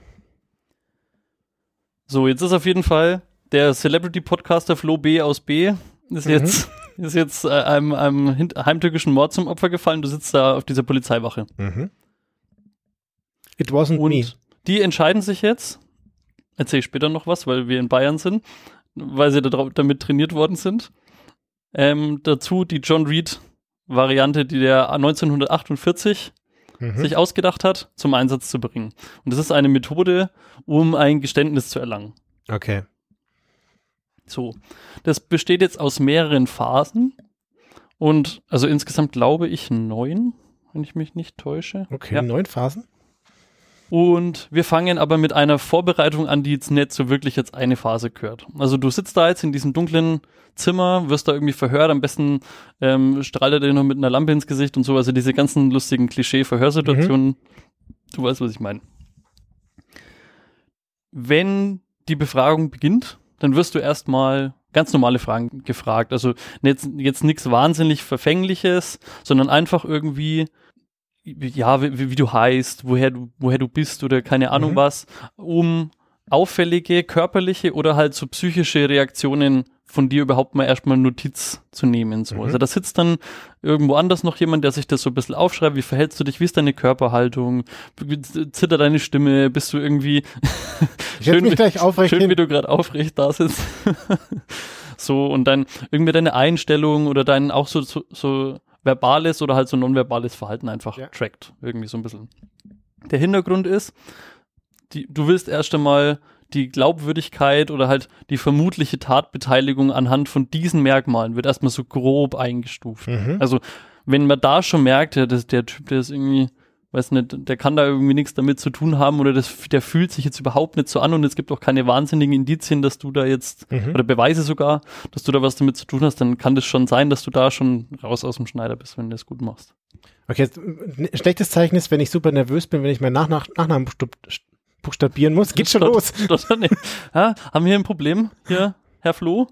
So, jetzt ist auf jeden Fall der Celebrity-Podcaster Flo B. aus B. ist Mhm. jetzt, ist jetzt äh, einem, einem hin- heimtückischen Mord zum Opfer gefallen. Du sitzt da auf dieser Polizeiwache. Mhm. It wasn't Und me. die entscheiden sich jetzt, erzähle ich später noch was, weil wir in Bayern sind, weil sie da drau- damit trainiert worden sind, ähm, dazu die John Reed-Variante, die der neunzehnhundertachtundvierzig mhm. sich ausgedacht hat, zum Einsatz zu bringen. Und das ist eine Methode, um ein Geständnis zu erlangen. Okay. So, das besteht jetzt aus mehreren Phasen und also insgesamt glaube ich neun, wenn ich mich nicht täusche. Okay, ja. neun Phasen. Und wir fangen aber mit einer Vorbereitung an, die jetzt nicht so wirklich jetzt eine Phase gehört. Also du sitzt da jetzt in diesem dunklen Zimmer, wirst da irgendwie verhört, am besten ähm, strahlt er dir noch mit einer Lampe ins Gesicht und so, also diese ganzen lustigen Klischee-Verhörsituationen, mhm. du weißt, was ich meine. Wenn die Befragung beginnt, dann wirst du erstmal ganz normale Fragen gefragt. Also jetzt, jetzt nichts wahnsinnig Verfängliches, sondern einfach irgendwie, ja, wie, wie du heißt, woher du, woher du bist oder keine Ahnung mhm. was, um auffällige körperliche oder halt so psychische Reaktionen von dir überhaupt mal erstmal Notiz zu nehmen. So. Mhm. Also da sitzt dann irgendwo anders noch jemand, der sich das so ein bisschen aufschreibt, wie verhältst du dich, wie ist deine Körperhaltung, zittert deine Stimme, bist du irgendwie schön, mich gleich aufrecht schön hin. wie du gerade aufrecht da sitzt. So, und dann irgendwie deine Einstellung oder dein auch so, so, so verbales oder halt so nonverbales Verhalten einfach ja. trackt. Irgendwie so ein bisschen. Der Hintergrund ist, die, du willst erst einmal die Glaubwürdigkeit oder halt die vermutliche Tatbeteiligung anhand von diesen Merkmalen wird erstmal so grob eingestuft. Mhm. Also wenn man da schon merkt, ja, das, der Typ, der ist irgendwie, weiß nicht, der kann da irgendwie nichts damit zu tun haben oder das, der fühlt sich jetzt überhaupt nicht so an und es gibt auch keine wahnsinnigen Indizien, dass du da jetzt, mhm. oder Beweise sogar, dass du da was damit zu tun hast, dann kann das schon sein, dass du da schon raus aus dem Schneider bist, wenn du das gut machst. Okay, jetzt, ein schlechtes Zeichen ist, wenn ich super nervös bin, wenn ich meinen Nach- Nach- Nachnamen buchstabieren muss. Geht schon los. Ja, haben wir hier ein Problem hier, Herr Flo?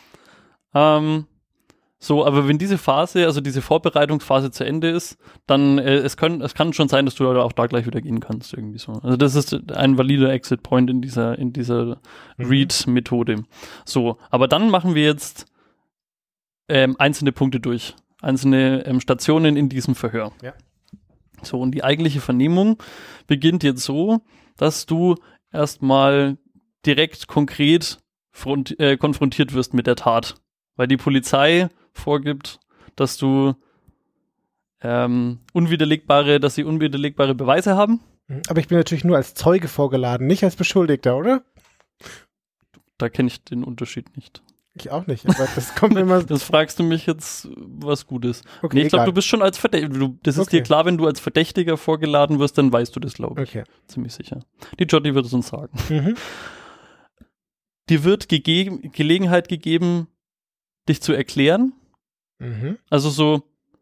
Ähm, so, aber wenn diese Phase, also diese Vorbereitungsphase zu Ende ist, dann äh, es, können, es kann schon sein, dass du auch da gleich wieder gehen kannst, irgendwie so. Also das ist ein valider Exit Point in dieser, in dieser mhm. Read-Methode. So, aber dann machen wir jetzt ähm, einzelne Punkte durch. Einzelne ähm, Stationen in diesem Verhör. Ja. So, und die eigentliche Vernehmung beginnt jetzt so, dass du erstmal direkt konkret front, äh, konfrontiert wirst mit der Tat. Weil die Polizei vorgibt, dass du ähm, unwiderlegbare, dass sie unwiderlegbare Beweise haben. Aber ich bin natürlich nur als Zeuge vorgeladen, nicht als Beschuldigter, oder? Da kenne ich den Unterschied nicht. Ich auch nicht, aber das kommt immer... Das fragst du mich jetzt, was gut ist. Okay, nee, ich glaube, du bist schon als Verdächtiger. Das ist okay. Dir klar, wenn du als Verdächtiger vorgeladen wirst, dann weißt du das, glaube ich. Okay. Ziemlich sicher. Die Jody wird es uns sagen. Mhm. Dir wird gege- Gelegenheit gegeben, dich zu erklären. Mhm. Also so,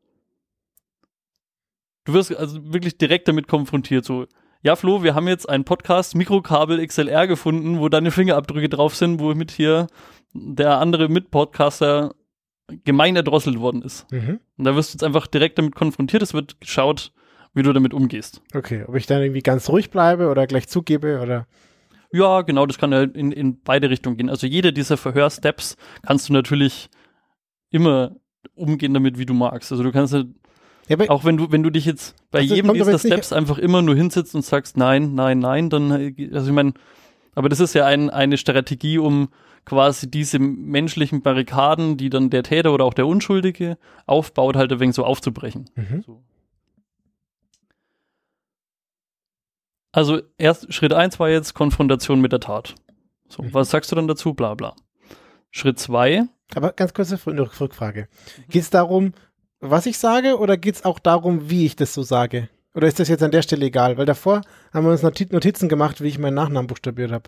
du wirst also wirklich direkt damit konfrontiert, so, ja Flo, wir haben jetzt einen Podcast Mikrokabel X L R gefunden, wo deine Fingerabdrücke drauf sind, womit hier der andere Mitpodcaster gemein erdrosselt worden ist. Mhm. Und da wirst du jetzt einfach direkt damit konfrontiert, es wird geschaut, wie du damit umgehst. Okay, ob ich dann irgendwie ganz ruhig bleibe oder gleich zugebe oder... Ja, genau, das kann ja in, in beide Richtungen gehen. Also jede dieser Verhörsteps kannst du natürlich immer umgehen damit, wie du magst. Also du kannst ja, ja auch wenn du, wenn du dich jetzt bei also jedem dieser Steps einfach immer nur hinsitzt und sagst nein, nein, nein, dann, also ich meine, aber das ist ja ein, eine Strategie, um quasi diese menschlichen Barrikaden, die dann der Täter oder auch der Unschuldige aufbaut, halt ein wenig so aufzubrechen. Mhm. So. Also erst Schritt eins war jetzt Konfrontation mit der Tat. So, mhm. Was sagst du dann dazu? Bla bla. Schritt zwei. Aber ganz kurze Rückfrage. Geht es darum, was ich sage, oder geht es auch darum, wie ich das so sage? Oder ist das jetzt an der Stelle egal? Weil davor haben wir uns Notizen gemacht, wie ich meinen Nachnamen buchstabiert habe.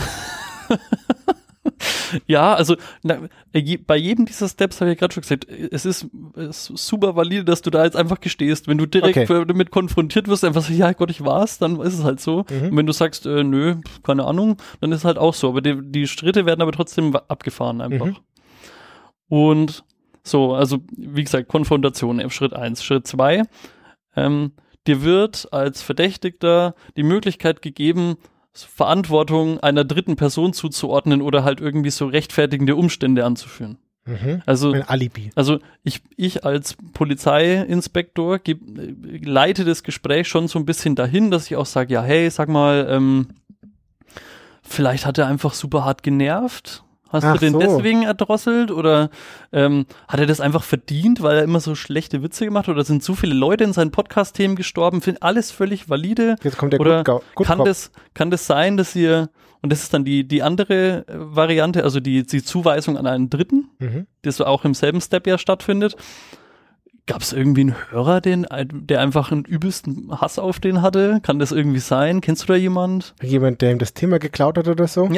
Ja, also na, je, bei jedem dieser Steps habe ich gerade schon gesagt, es ist, es ist super valide, dass du da jetzt einfach gestehst. Wenn du direkt okay. damit konfrontiert wirst, einfach so, ja Gott, ich war's, dann ist es halt so. Mhm. Und wenn du sagst, äh, nö, keine Ahnung, dann ist es halt auch so. Aber die, die Schritte werden aber trotzdem abgefahren einfach. Mhm. Und so, also wie gesagt, Konfrontation, Schritt eins. Schritt zwei, ähm, dir wird als Verdächtigter die Möglichkeit gegeben, Verantwortung einer dritten Person zuzuordnen oder halt irgendwie so rechtfertigende Umstände anzuführen. Mhm. Also, ein Alibi. Also ich, ich als Polizeiinspektor geb, leite das Gespräch schon so ein bisschen dahin, dass ich auch sage, ja hey, sag mal, ähm, vielleicht hat er einfach super hart genervt. Hast Ach du den so. deswegen erdrosselt oder ähm, hat er das einfach verdient, weil er immer so schlechte Witze gemacht hat oder sind so viele Leute in seinen Podcast-Themen gestorben? Finde alles völlig valide. Jetzt kommt der oder Good, Good kann Cop. das kann das sein, dass ihr, und das ist dann die, die andere äh, Variante, also die, die Zuweisung an einen Dritten, Mhm. das so auch im selben Step ja stattfindet. Gab es irgendwie einen Hörer, den, der einfach einen übelsten Hass auf den hatte? Kann das irgendwie sein? Kennst du da jemand? Jemand, der ihm das Thema geklaut hat oder so? Ja.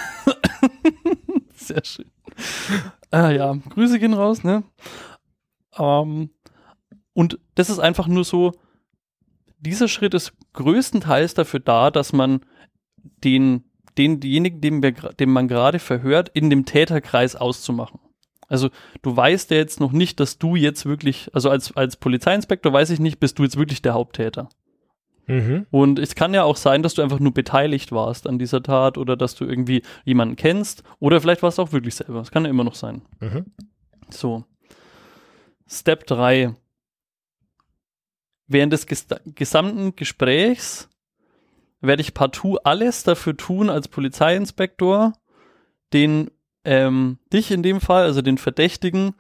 Sehr schön. Ah ja, Grüße gehen raus, ne? Ähm, und das ist einfach nur so, dieser Schritt ist größtenteils dafür da, dass man den, den, denjenigen, den, wir, den man gerade verhört, in dem Täterkreis auszumachen. Also du weißt ja jetzt noch nicht, dass du jetzt wirklich, also als, als Polizeiinspektor weiß ich nicht, bist du jetzt wirklich der Haupttäter. Mhm. Und es kann ja auch sein, dass du einfach nur beteiligt warst an dieser Tat oder dass du irgendwie jemanden kennst oder vielleicht warst du auch wirklich selber. Das kann ja immer noch sein. Mhm. So. Step drei. Während des ges- gesamten Gesprächs werde ich partout alles dafür tun, als Polizeiinspektor, den, ähm, dich in dem Fall, also den Verdächtigen,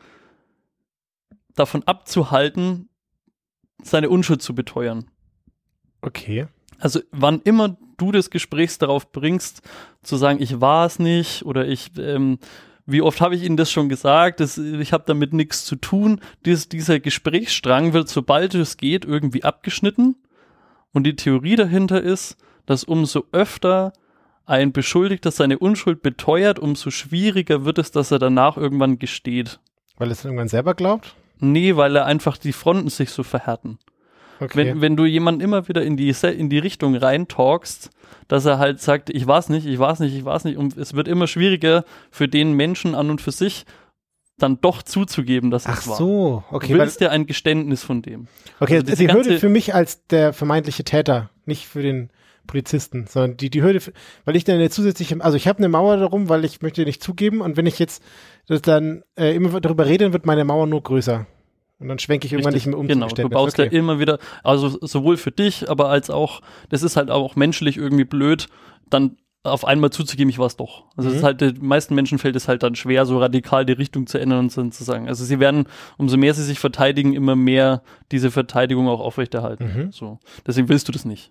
davon abzuhalten, seine Unschuld zu beteuern. Okay. Also wann immer du des Gesprächs darauf bringst, zu sagen, ich war es nicht oder ich, ähm, wie oft habe ich Ihnen das schon gesagt, das, ich habe damit nichts zu tun, Dies, dieser Gesprächsstrang wird, sobald es geht, irgendwie abgeschnitten und die Theorie dahinter ist, dass umso öfter ein Beschuldigter seine Unschuld beteuert, umso schwieriger wird es, dass er danach irgendwann gesteht. Weil es irgendwann selber glaubt? Nee, weil er einfach die Fronten sich so verhärten. Okay. Wenn, wenn du jemanden immer wieder in die, in die Richtung reintalkst, dass er halt sagt, ich war's nicht, ich war's nicht, ich war's nicht, und es wird immer schwieriger für den Menschen an und für sich dann doch zuzugeben, dass Ach es war. so, okay. Du weil, willst ja ein Geständnis von dem. okay, also diese die Hürde ganze- für mich als der vermeintliche Täter, nicht für den Polizisten, sondern die, die Hürde, für, weil ich dann eine zusätzliche, also ich habe eine Mauer darum, weil ich möchte nicht zugeben und wenn ich jetzt das dann äh, immer darüber rede, dann wird meine Mauer nur größer. Und dann schwenke ich irgendwann Richtig, nicht mehr um genau, zum du Geständnis. baust okay. ja immer wieder, also sowohl für dich, aber als auch, das ist halt auch menschlich irgendwie blöd, dann auf einmal zuzugeben, ich war es doch. Also es Mhm. ist halt, den meisten Menschen fällt es halt dann schwer, so radikal die Richtung zu ändern und so zu sagen. Also sie werden, umso mehr sie sich verteidigen, immer mehr diese Verteidigung auch aufrechterhalten. Mhm. So. Deswegen willst du das nicht.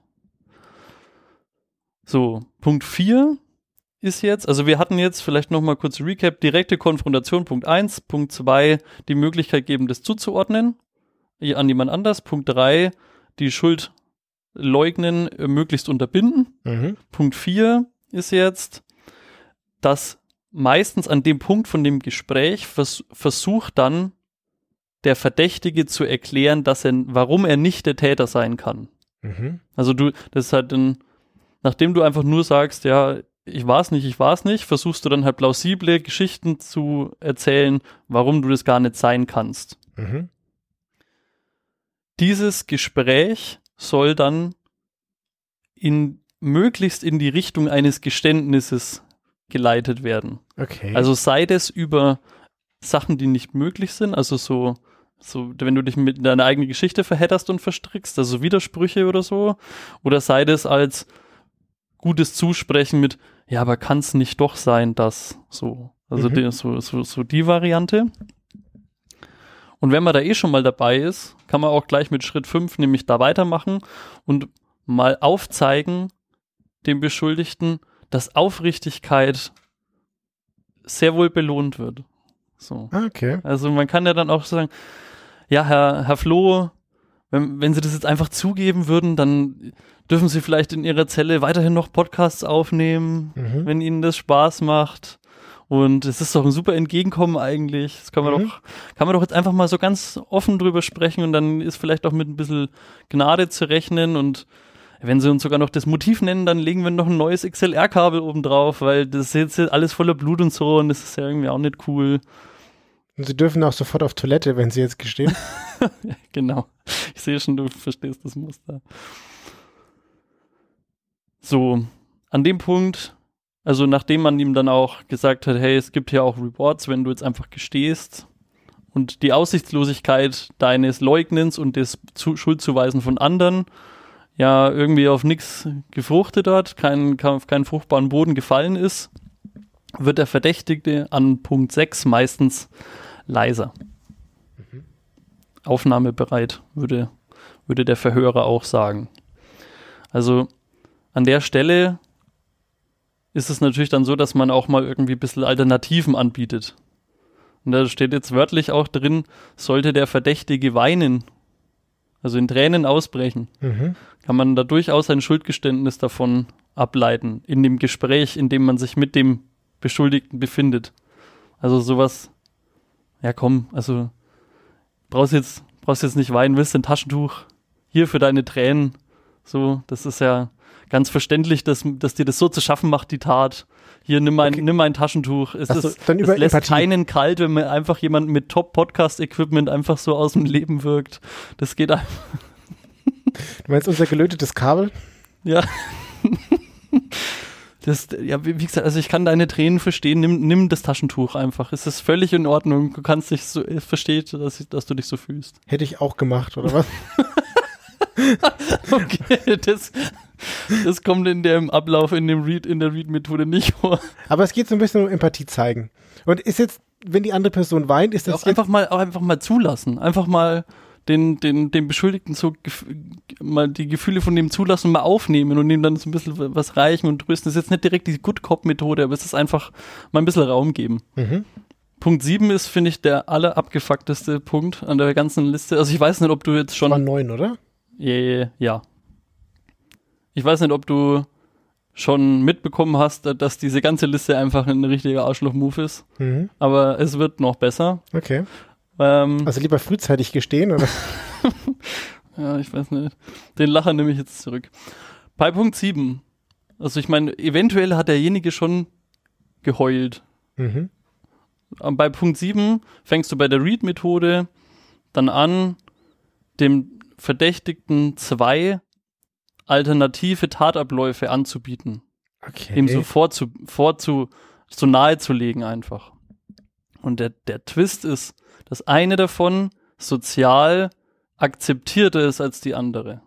So, Punkt vier ist jetzt, also wir hatten jetzt vielleicht nochmal kurz Recap, direkte Konfrontation, Punkt eins, Punkt zwei, die Möglichkeit geben, das zuzuordnen an jemand anders, Punkt drei, die Schuld leugnen, äh, möglichst unterbinden. Mhm. Punkt vier ist jetzt, dass meistens an dem Punkt von dem Gespräch vers- versucht dann der Verdächtige zu erklären, dass er, warum er nicht der Täter sein kann. Mhm. Also du, das ist halt ein, nachdem du einfach nur sagst, ja, ich war's nicht, ich war's nicht, versuchst du dann halt plausible Geschichten zu erzählen, warum du das gar nicht sein kannst. Mhm. Dieses Gespräch soll dann in, möglichst in die Richtung eines Geständnisses geleitet werden. Okay. Also sei das über Sachen, die nicht möglich sind, also so, so, wenn du dich mit deiner eigenen Geschichte verhedderst und verstrickst, also Widersprüche oder so, oder sei das als gutes Zusprechen mit, ja, aber kann es nicht doch sein, dass so, also Mhm. die, so, so, so die Variante. Und wenn man da eh schon mal dabei ist, kann man auch gleich mit Schritt fünf nämlich da weitermachen und mal aufzeigen dem Beschuldigten, dass Aufrichtigkeit sehr wohl belohnt wird. So. Ah, okay. Also man kann ja dann auch sagen, ja, Herr, Herr Floh, wenn, wenn Sie das jetzt einfach zugeben würden, dann dürfen Sie vielleicht in Ihrer Zelle weiterhin noch Podcasts aufnehmen, Mhm. wenn Ihnen das Spaß macht. Und es ist doch ein super Entgegenkommen eigentlich. Das kann man Mhm. doch, kann man doch jetzt einfach mal so ganz offen drüber sprechen und dann ist vielleicht auch mit ein bisschen Gnade zu rechnen und wenn sie uns sogar noch das Motiv nennen, dann legen wir noch ein neues X L R-Kabel oben drauf, weil das ist jetzt alles voller Blut und so und das ist ja irgendwie auch nicht cool. Und Sie dürfen auch sofort auf Toilette, wenn Sie jetzt gestehen. Genau. Ich sehe schon, du verstehst das Muster. So, an dem Punkt, also nachdem man ihm dann auch gesagt hat, hey, es gibt ja auch Rewards, wenn du jetzt einfach gestehst und die Aussichtslosigkeit deines Leugnens und des Zu- Schuldzuweisen von anderen ja irgendwie auf nichts gefruchtet hat, kein, kein, auf keinen fruchtbaren Boden gefallen ist, wird der Verdächtige an Punkt sechs meistens leiser. Mhm. Aufnahmebereit, würde, würde der Verhörer auch sagen. Also an der Stelle ist es natürlich dann so, dass man auch mal irgendwie ein bisschen Alternativen anbietet. Und da steht jetzt wörtlich auch drin, sollte der Verdächtige weinen, also in Tränen ausbrechen, mhm. kann man da durchaus ein Schuldgeständnis davon ableiten, in dem Gespräch, in dem man sich mit dem Beschuldigten befindet. Also sowas, ja komm, also brauchst jetzt, brauchst jetzt nicht weinen, willst ein Taschentuch, hier für deine Tränen, so, das ist ja ganz verständlich, dass, dass dir das so zu schaffen macht, die Tat. Hier, nimm ein, okay. nimm ein Taschentuch. Es, so, ist, dann es über lässt Empathie. keinen kalt, wenn man einfach jemand mit Top-Podcast-Equipment einfach so aus dem Leben wirkt. Das geht einfach. Du meinst unser gelötetes Kabel? Ja. Das, ja, wie gesagt, also ich kann deine Tränen verstehen. Nimm, nimm das Taschentuch einfach. Es ist völlig in Ordnung. Du kannst dich so, ich verstehe, dass, ich, dass du dich so fühlst. Hätte ich auch gemacht, oder was? Okay, das, das kommt in dem Ablauf in dem Read, in der Read-Methode nicht vor. Aber es geht so ein bisschen um Empathie zeigen. Und ist jetzt, wenn die andere Person weint, ist das auch einfach mal auch einfach mal zulassen, einfach mal den den den Beschuldigten so gef- mal die Gefühle von dem zulassen und mal aufnehmen und ihm dann so ein bisschen was reichen und trösten. Das ist jetzt nicht direkt die Good Cop Methode, aber es ist einfach mal ein bisschen Raum geben. Mhm. Punkt sieben ist, finde ich, der allerabgefuckteste Punkt an der ganzen Liste. Also ich weiß nicht, ob du jetzt schon... Das war neun, oder? Yeah, ja. Ich weiß nicht, ob du schon mitbekommen hast, dass diese ganze Liste einfach ein richtiger Arschloch-Move ist. Mhm. Aber es wird noch besser. Okay. Ähm, also lieber frühzeitig gestehen, oder? Ja, ich weiß nicht. Den Lacher nehme ich jetzt zurück. Bei Punkt sieben. Also ich meine, eventuell hat derjenige schon geheult. Mhm. Bei Punkt sieben fängst du bei der Read-Methode dann an, dem Verdächtigten zwei alternative Tatabläufe anzubieten. Okay. Ihm so vorzu, vorzu, so nahe zu legen einfach. Und der, der Twist ist, dass eine davon sozial akzeptierter ist als die andere.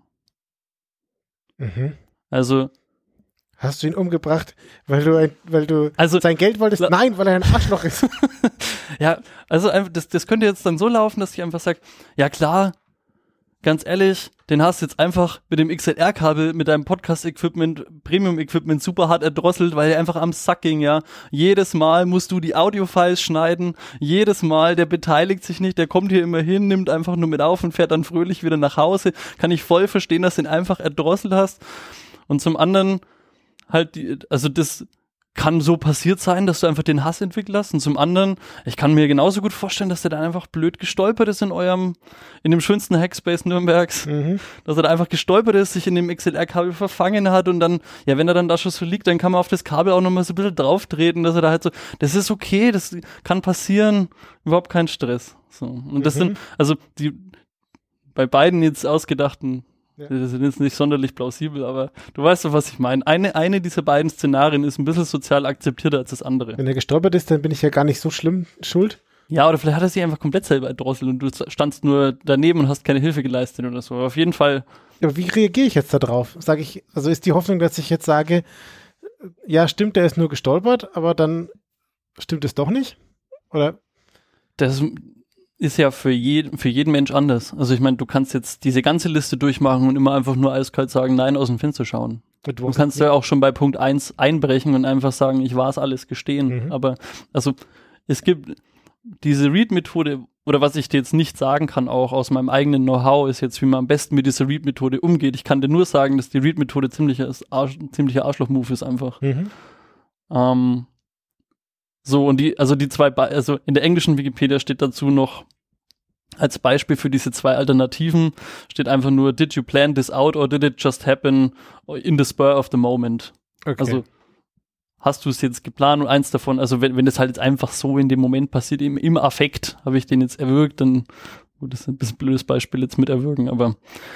Mhm. Also hast du ihn umgebracht, weil du, ein, weil du also, sein Geld wolltest? La- Nein, weil er ein Arschloch ist. Ja, also das, das könnte jetzt dann so laufen, dass ich einfach sage, ja klar, ganz ehrlich, den hast du jetzt einfach mit dem X L R-Kabel, mit deinem Podcast-Equipment, Premium-Equipment super hart erdrosselt, weil er einfach am Sack ging, ja. Jedes Mal musst du die Audio-Files schneiden, jedes Mal, der beteiligt sich nicht, der kommt hier immer hin, nimmt einfach nur mit auf und fährt dann fröhlich wieder nach Hause. Kann ich voll verstehen, dass du ihn einfach erdrosselt hast. Und zum anderen halt, die, also das kann so passiert sein, dass du einfach den Hass entwickeln hast. Und zum anderen, ich kann mir genauso gut vorstellen, dass der da einfach blöd gestolpert ist in eurem, in dem schönsten Hackspace Nürnbergs. Mhm. Dass er da einfach gestolpert ist, sich in dem X L R-Kabel verfangen hat und dann, ja, wenn er dann da schon so liegt, dann kann man auf das Kabel auch nochmal so ein bisschen drauf treten, dass er da halt so, das ist okay, das kann passieren, überhaupt kein Stress. So. Und das mhm. sind, also die, bei beiden jetzt ausgedachten, ja. Das ist jetzt nicht sonderlich plausibel, aber du weißt doch, was ich meine. Eine, eine dieser beiden Szenarien ist ein bisschen sozial akzeptierter als das andere. Wenn er gestolpert ist, dann bin ich ja gar nicht so schlimm schuld. Ja, oder vielleicht hat er sich einfach komplett selber erdrosselt und du standst nur daneben und hast keine Hilfe geleistet oder so. Aber auf jeden Fall. Aber wie reagiere ich jetzt da drauf? Sage ich, also ist die Hoffnung, dass ich jetzt sage, ja, stimmt, der ist nur gestolpert, aber dann stimmt es doch nicht? Oder? Das ist ja für, je, für jeden Mensch anders. Also ich meine, du kannst jetzt diese ganze Liste durchmachen und immer einfach nur eiskalt sagen, nein, aus dem Fenster schauen. Du, du kannst ja auch schon bei Punkt eins einbrechen und einfach sagen, ich war es alles gestehen. Mhm. Aber also es gibt diese Read-Methode, oder was ich dir jetzt nicht sagen kann, auch aus meinem eigenen Know-how, ist jetzt, wie man am besten mit dieser Read-Methode umgeht. Ich kann dir nur sagen, dass die Read-Methode ziemlicher, Arsch, ziemlicher Arschloch-Move ist einfach. Mhm. Ähm, So, und die, also die zwei, also in der englischen Wikipedia steht dazu noch als Beispiel für diese zwei Alternativen steht einfach nur, did you plan this out or did it just happen in the spur of the moment? Okay. Also hast du es jetzt geplant und eins davon, also wenn, wenn das halt jetzt einfach so in dem Moment passiert, im, im Affekt habe ich den jetzt erwürgt, dann, gut, das ist ein bisschen ein blödes Beispiel jetzt mit erwürgen, aber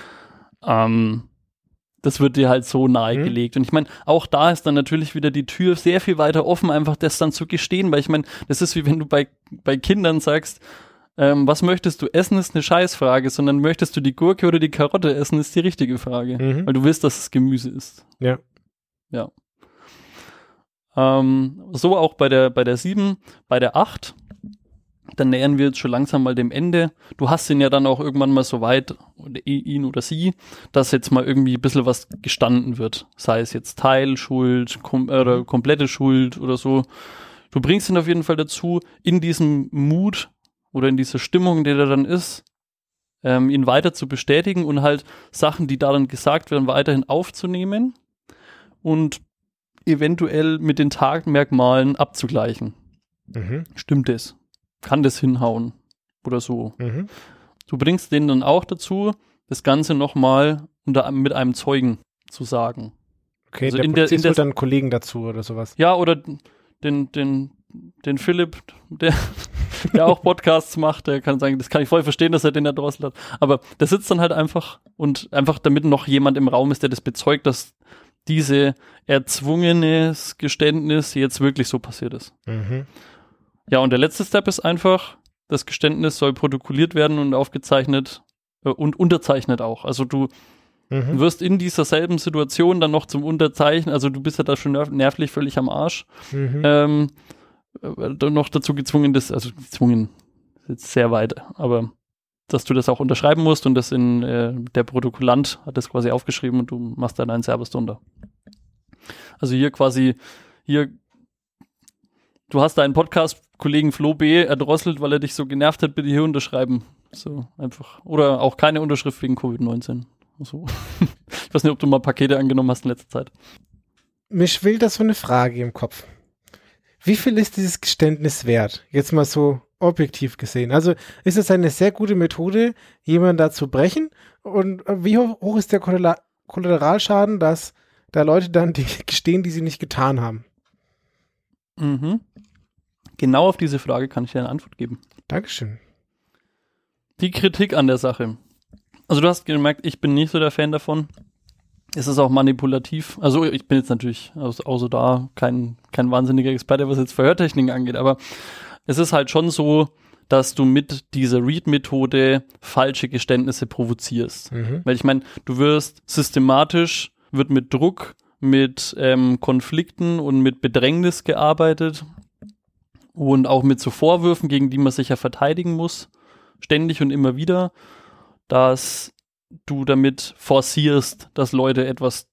ähm, das wird dir halt so nahegelegt. Mhm. Und ich meine, auch da ist dann natürlich wieder die Tür sehr viel weiter offen, einfach das dann zu gestehen, weil ich meine, das ist wie wenn du bei, bei Kindern sagst, ähm, was möchtest du essen, ist eine Scheißfrage, sondern möchtest du die Gurke oder die Karotte essen, ist die richtige Frage. Mhm. Weil du willst, dass es Gemüse ist. Ja. Ja. Ähm, so auch bei der, bei der sieben, bei der acht. Dann nähern wir jetzt schon langsam mal dem Ende. Du hast ihn ja dann auch irgendwann mal so weit, oder ihn oder sie, dass jetzt mal irgendwie ein bisschen was gestanden wird. Sei es jetzt Teilschuld kom- oder komplette Schuld oder so. Du bringst ihn auf jeden Fall dazu, in diesem Mut oder in dieser Stimmung, in der er dann ist, ähm, ihn weiter zu bestätigen und halt Sachen, die da dann gesagt werden, weiterhin aufzunehmen und eventuell mit den Tatmerkmalen abzugleichen. Mhm. Stimmt es? Kann das hinhauen? Oder so. Mhm. Du bringst den dann auch dazu, das Ganze nochmal unter, mit einem Zeugen zu sagen. Okay, Also der in der- in Polizist der- holt dann einen Kollegen dazu oder sowas. Ja, oder den, den, den Philipp, der, der auch Podcasts macht, der kann sagen, das kann ich voll verstehen, dass er den erdrosselt hat. Aber der sitzt dann halt einfach und einfach damit noch jemand im Raum ist, der das bezeugt, dass diese erzwungenes Geständnis jetzt wirklich so passiert ist. Mhm. Ja, und der letzte Step ist einfach, das Geständnis soll protokolliert werden und aufgezeichnet äh, und unterzeichnet auch. Also du Mhm. wirst in dieser selben Situation dann noch zum Unterzeichnen, also du bist ja da schon nerv- nervlich völlig am Arsch, Mhm. ähm, äh, dann noch dazu gezwungen, das, also gezwungen, ist jetzt sehr weit, aber dass du das auch unterschreiben musst und das in, äh, der Protokollant hat das quasi aufgeschrieben und du machst dann einen Servus drunter. Also hier quasi, hier, du hast deinen Podcast-Kollegen Flo B. erdrosselt, weil er dich so genervt hat, bitte hier unterschreiben. So, einfach. Oder auch keine Unterschrift wegen Covid neunzehn. So. Ich weiß nicht, ob du mal Pakete angenommen hast in letzter Zeit. Mir schwillt da so eine Frage im Kopf. Wie viel ist dieses Geständnis wert? Jetzt mal so objektiv gesehen. Also ist es eine sehr gute Methode, jemanden da zu brechen? Und wie hoch, hoch ist der Kolla- Kollateralschaden, dass da Leute dann die gestehen, die sie nicht getan haben? Mhm. Genau auf diese Frage kann ich dir eine Antwort geben. Dankeschön. Die Kritik an der Sache. Also du hast gemerkt, ich bin nicht so der Fan davon. Es ist auch manipulativ. Also ich bin jetzt natürlich außer da kein, kein wahnsinniger Experte, was jetzt Verhörtechniken angeht, aber es ist halt schon so, dass du mit dieser Read-Methode falsche Geständnisse provozierst. Mhm. Weil ich meine, du wirst systematisch, wird mit Druck, mit ähm, Konflikten und mit Bedrängnis gearbeitet und auch mit so Vorwürfen, gegen die man sich ja verteidigen muss, ständig und immer wieder, dass du damit forcierst, dass Leute etwas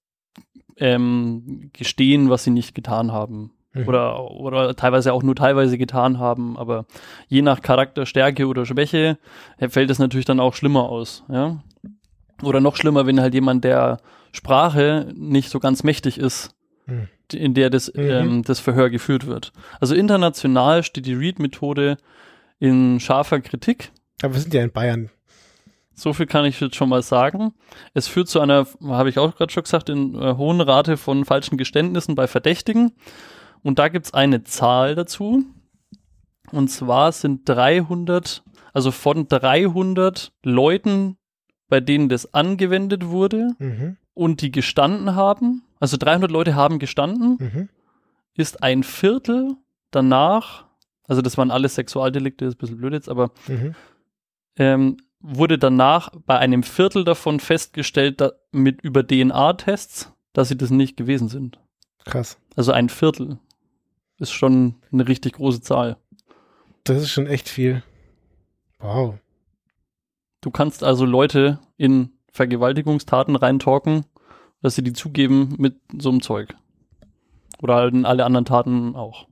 ähm, gestehen, was sie nicht getan haben. Mhm. Oder, oder teilweise auch nur teilweise getan haben, aber je nach Charakterstärke oder Schwäche fällt es natürlich dann auch schlimmer aus. Ja? Oder noch schlimmer, wenn halt jemand, der Sprache nicht so ganz mächtig ist, Mhm. in der das, Mhm. ähm, das Verhör geführt wird. Also international steht die Read-Methode in scharfer Kritik. Aber wir sind ja in Bayern. So viel kann ich jetzt schon mal sagen. Es führt zu einer, habe ich auch gerade schon gesagt, in äh, hohen Rate von falschen Geständnissen bei Verdächtigen. Und da gibt es eine Zahl dazu. Und zwar sind dreihundert, also von dreihundert Leuten, bei denen das angewendet wurde Mhm. und die gestanden haben, also dreihundert Leute haben gestanden, Mhm. ist ein Viertel danach, also das waren alles Sexualdelikte, ist ein bisschen blöd jetzt, aber Mhm. ähm, wurde danach bei einem Viertel davon festgestellt, da, mit über D N A-Tests, dass sie das nicht gewesen sind. Krass. Also ein Viertel ist schon eine richtig große Zahl. Das ist schon echt viel. Wow. Du kannst also Leute in Vergewaltigungstaten reintalken, dass sie die zugeben mit so einem Zeug. Oder halt in alle anderen Taten auch.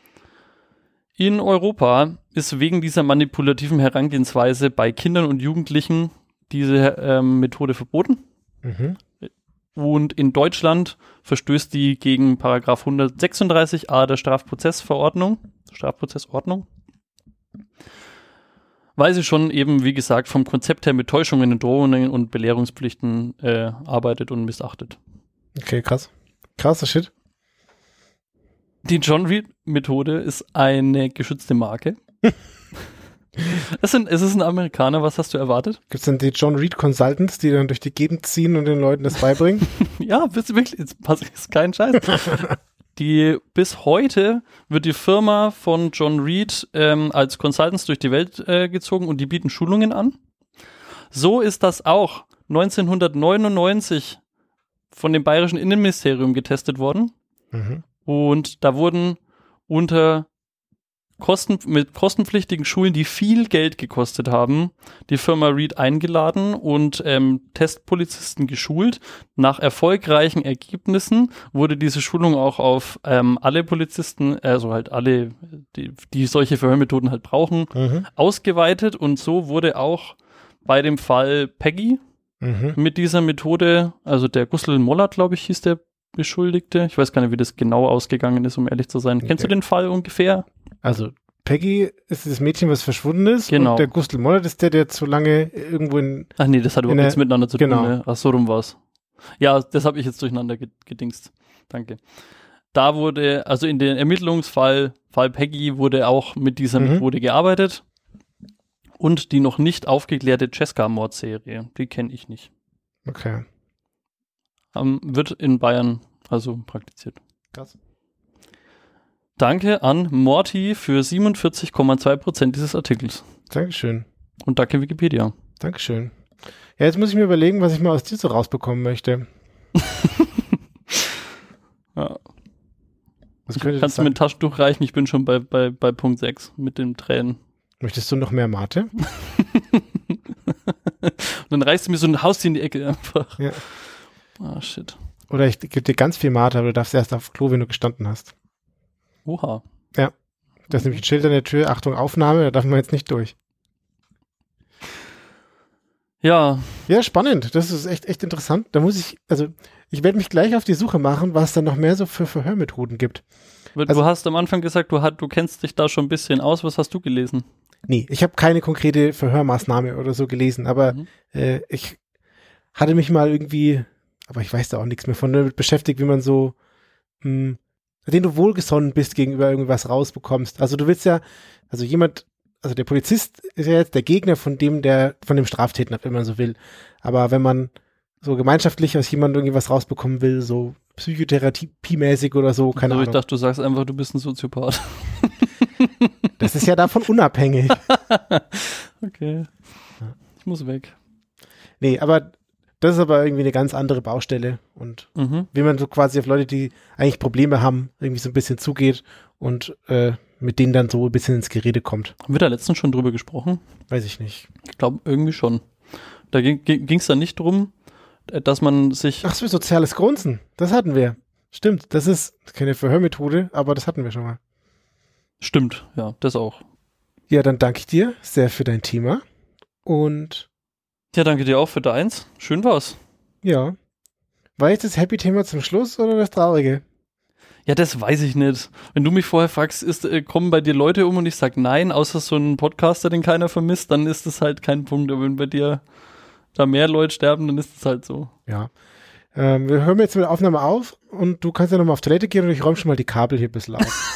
In Europa ist wegen dieser manipulativen Herangehensweise bei Kindern und Jugendlichen diese ähm, Methode verboten. Mhm. Und in Deutschland verstößt die gegen Paragraph hundertsechsunddreißig a der Strafprozessverordnung, Strafprozessordnung, weil sie schon eben, wie gesagt, vom Konzept her mit Täuschungen, Drohungen und Belehrungspflichten äh, arbeitet und missachtet. Okay, krass. Krasser Shit. Die John Reed-Methode ist eine geschützte Marke. es, sind, es ist ein Amerikaner, was hast du erwartet? Gibt es dann die John Reed Consultants, die dann durch die Gegend ziehen und den Leuten das beibringen? Ja, bist du wirklich, jetzt pass, ist kein Scheiß. Die, bis heute wird die Firma von John Reed ähm, als Consultants durch die Welt äh, gezogen und die bieten Schulungen an. So ist das auch neunzehnhundertneunundneunzig von dem Bayerischen Innenministerium getestet worden. Mhm. Und da wurden unter Kosten, mit kostenpflichtigen Schulen, die viel Geld gekostet haben, die Firma Reed eingeladen und ähm, Testpolizisten geschult. Nach erfolgreichen Ergebnissen wurde diese Schulung auch auf ähm, alle Polizisten, also halt alle, die, die solche Verhörmethoden halt brauchen, Mhm. ausgeweitet. Und so wurde auch bei dem Fall Peggy Mhm. mit dieser Methode, also der Gustl Mollert, glaube ich, hieß der Beschuldigte. Ich weiß gar nicht, wie das genau ausgegangen ist, um ehrlich zu sein. Okay. Kennst du den Fall ungefähr? Also Peggy ist das Mädchen, was verschwunden ist. Genau. Und der Gustl Mollert ist der, der zu lange irgendwo in... Ach nee, das hat überhaupt der- nichts miteinander zu genau. tun. Ne? Ach, so rum war's. Ja, das habe ich jetzt durcheinander ge- gedingst. Danke. Da wurde, also in den Ermittlungsfall, Fall Peggy, wurde auch mit dieser Mhm. Methode gearbeitet. Und die noch nicht aufgeklärte Cesca-Mordserie, die kenne ich nicht. Okay, Ähm, wird in Bayern also praktiziert. krass. Danke an Morty für siebenundvierzig Komma zwei Prozent dieses Artikels. Dankeschön. Und danke Wikipedia. Dankeschön. Ja, jetzt muss ich mir überlegen, was ich mal aus dir so rausbekommen möchte. Ja. Was könnte das Kannst du sein? mir ein Taschentuch reichen? Ich bin schon bei, bei, bei Punkt sechs mit den Tränen. Möchtest du noch mehr Mate? Und dann reichst du mir so ein Haus in die Ecke einfach. Ja. Ah, shit. Oder ich gebe dir ganz viel Mate, aber du darfst erst auf Klo, wenn du gestanden hast. Oha. Da ist nämlich ein Schild an der Tür, Achtung, Aufnahme, da darf man jetzt nicht durch. Ja, Ja, spannend. Das ist echt, echt interessant. Da muss ich, also ich werde mich gleich auf die Suche machen, was da noch mehr so für Verhörmethoden gibt. weil Also- du hast am Anfang gesagt, du, hat, du kennst dich da schon ein bisschen aus. Was hast du gelesen? Nee, ich habe keine konkrete Verhörmaßnahme oder so gelesen, aber Mhm. äh, ich hatte mich mal irgendwie, aber ich weiß da auch nichts mehr von, damit beschäftigt, wie man so, mh, den du wohlgesonnen bist gegenüber irgendwas rausbekommst. Also du willst ja, also jemand, also der Polizist ist ja jetzt der Gegner von dem, der, von dem Straftäter, wenn man so will. Aber wenn man so gemeinschaftlich aus jemandem irgendwie was rausbekommen will, so psychotherapiemäßig oder so, keine also, ich Ahnung. dachte, du sagst einfach, du bist ein Soziopath. Das ist ja davon unabhängig. Okay. Ich muss weg. Nee, aber das ist aber irgendwie eine ganz andere Baustelle und Mhm. wie man so quasi auf Leute, die eigentlich Probleme haben, irgendwie so ein bisschen zugeht und äh, mit denen dann so ein bisschen ins Gerede kommt. Haben wir da letztens schon drüber gesprochen? Weiß ich nicht. Ich glaube, irgendwie schon. Da ging es dann nicht drum, äh, dass man sich. Ach so, soziales Grunzen, das hatten wir. Stimmt, das ist keine Verhörmethode, aber das hatten wir schon mal. Stimmt, ja, das auch. Ja, dann danke ich dir sehr für dein Thema und Ja, danke dir auch für deins. Schön war's. ja, war jetzt das Happy-Thema zum Schluss oder das Traurige? Ja, das weiß ich nicht. Wenn du mich vorher fragst, ist, äh, kommen bei dir Leute um und ich sag nein, außer so ein Podcaster, den keiner vermisst, dann ist das halt kein Punkt. Aber wenn bei dir da mehr Leute sterben, dann ist es halt so. Ja. Ähm, wir hören jetzt mit der Aufnahme auf und du kannst ja nochmal auf Toilette gehen und ich räume schon mal die Kabel hier ein bisschen auf.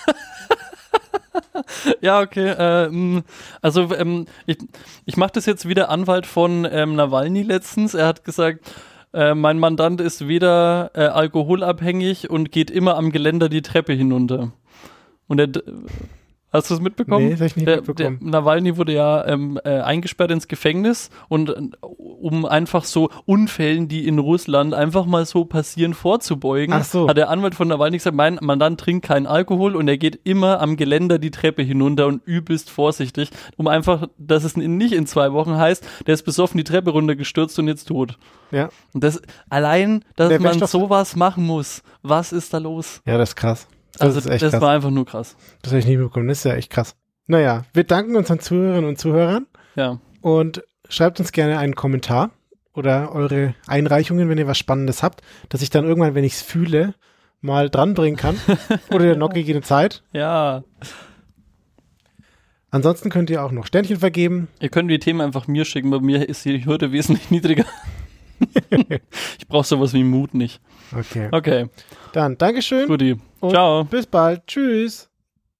Ja, okay. Äh, mh, also ähm, ich, ich mache das jetzt wie der Anwalt von ähm, Nawalny letztens. Er hat gesagt, äh, mein Mandant ist weder äh, alkoholabhängig und geht immer am Geländer die Treppe hinunter. Und er, hast du es mitbekommen? Nee, das hab ich nicht der, mitbekommen. Der Nawalny wurde ja ähm, äh, eingesperrt ins Gefängnis und äh, um einfach so Unfällen, die in Russland einfach mal so passieren, vorzubeugen, Ach so. hat der Anwalt von Nawalny gesagt, mein Mandant trinkt keinen Alkohol und er geht immer am Geländer die Treppe hinunter und übelst vorsichtig, um einfach, dass es nicht in zwei Wochen heißt, der ist besoffen die Treppe runtergestürzt und jetzt tot. Ja. Und das allein, dass Der man Wäschstoff- sowas machen muss, was ist da los? Ja, das ist krass. Das also ist echt das krass. war einfach nur krass. Das habe ich nicht mitbekommen. Das ist ja echt krass. Naja, wir danken unseren Zuhörerinnen und Zuhörern Ja. und schreibt uns gerne einen Kommentar oder eure Einreichungen, wenn ihr was Spannendes habt, dass ich dann irgendwann, wenn ich es fühle, mal dranbringen kann. Oder der Nocki jede Zeit. Ja. Ansonsten könnt ihr auch noch Sternchen vergeben. Ihr könnt die Themen einfach mir schicken, bei mir ist die Hürde wesentlich niedriger. Ich brauche sowas wie Mut nicht. Okay. Okay, Dann Dankeschön Guti. und Ciao. bis bald. Tschüss.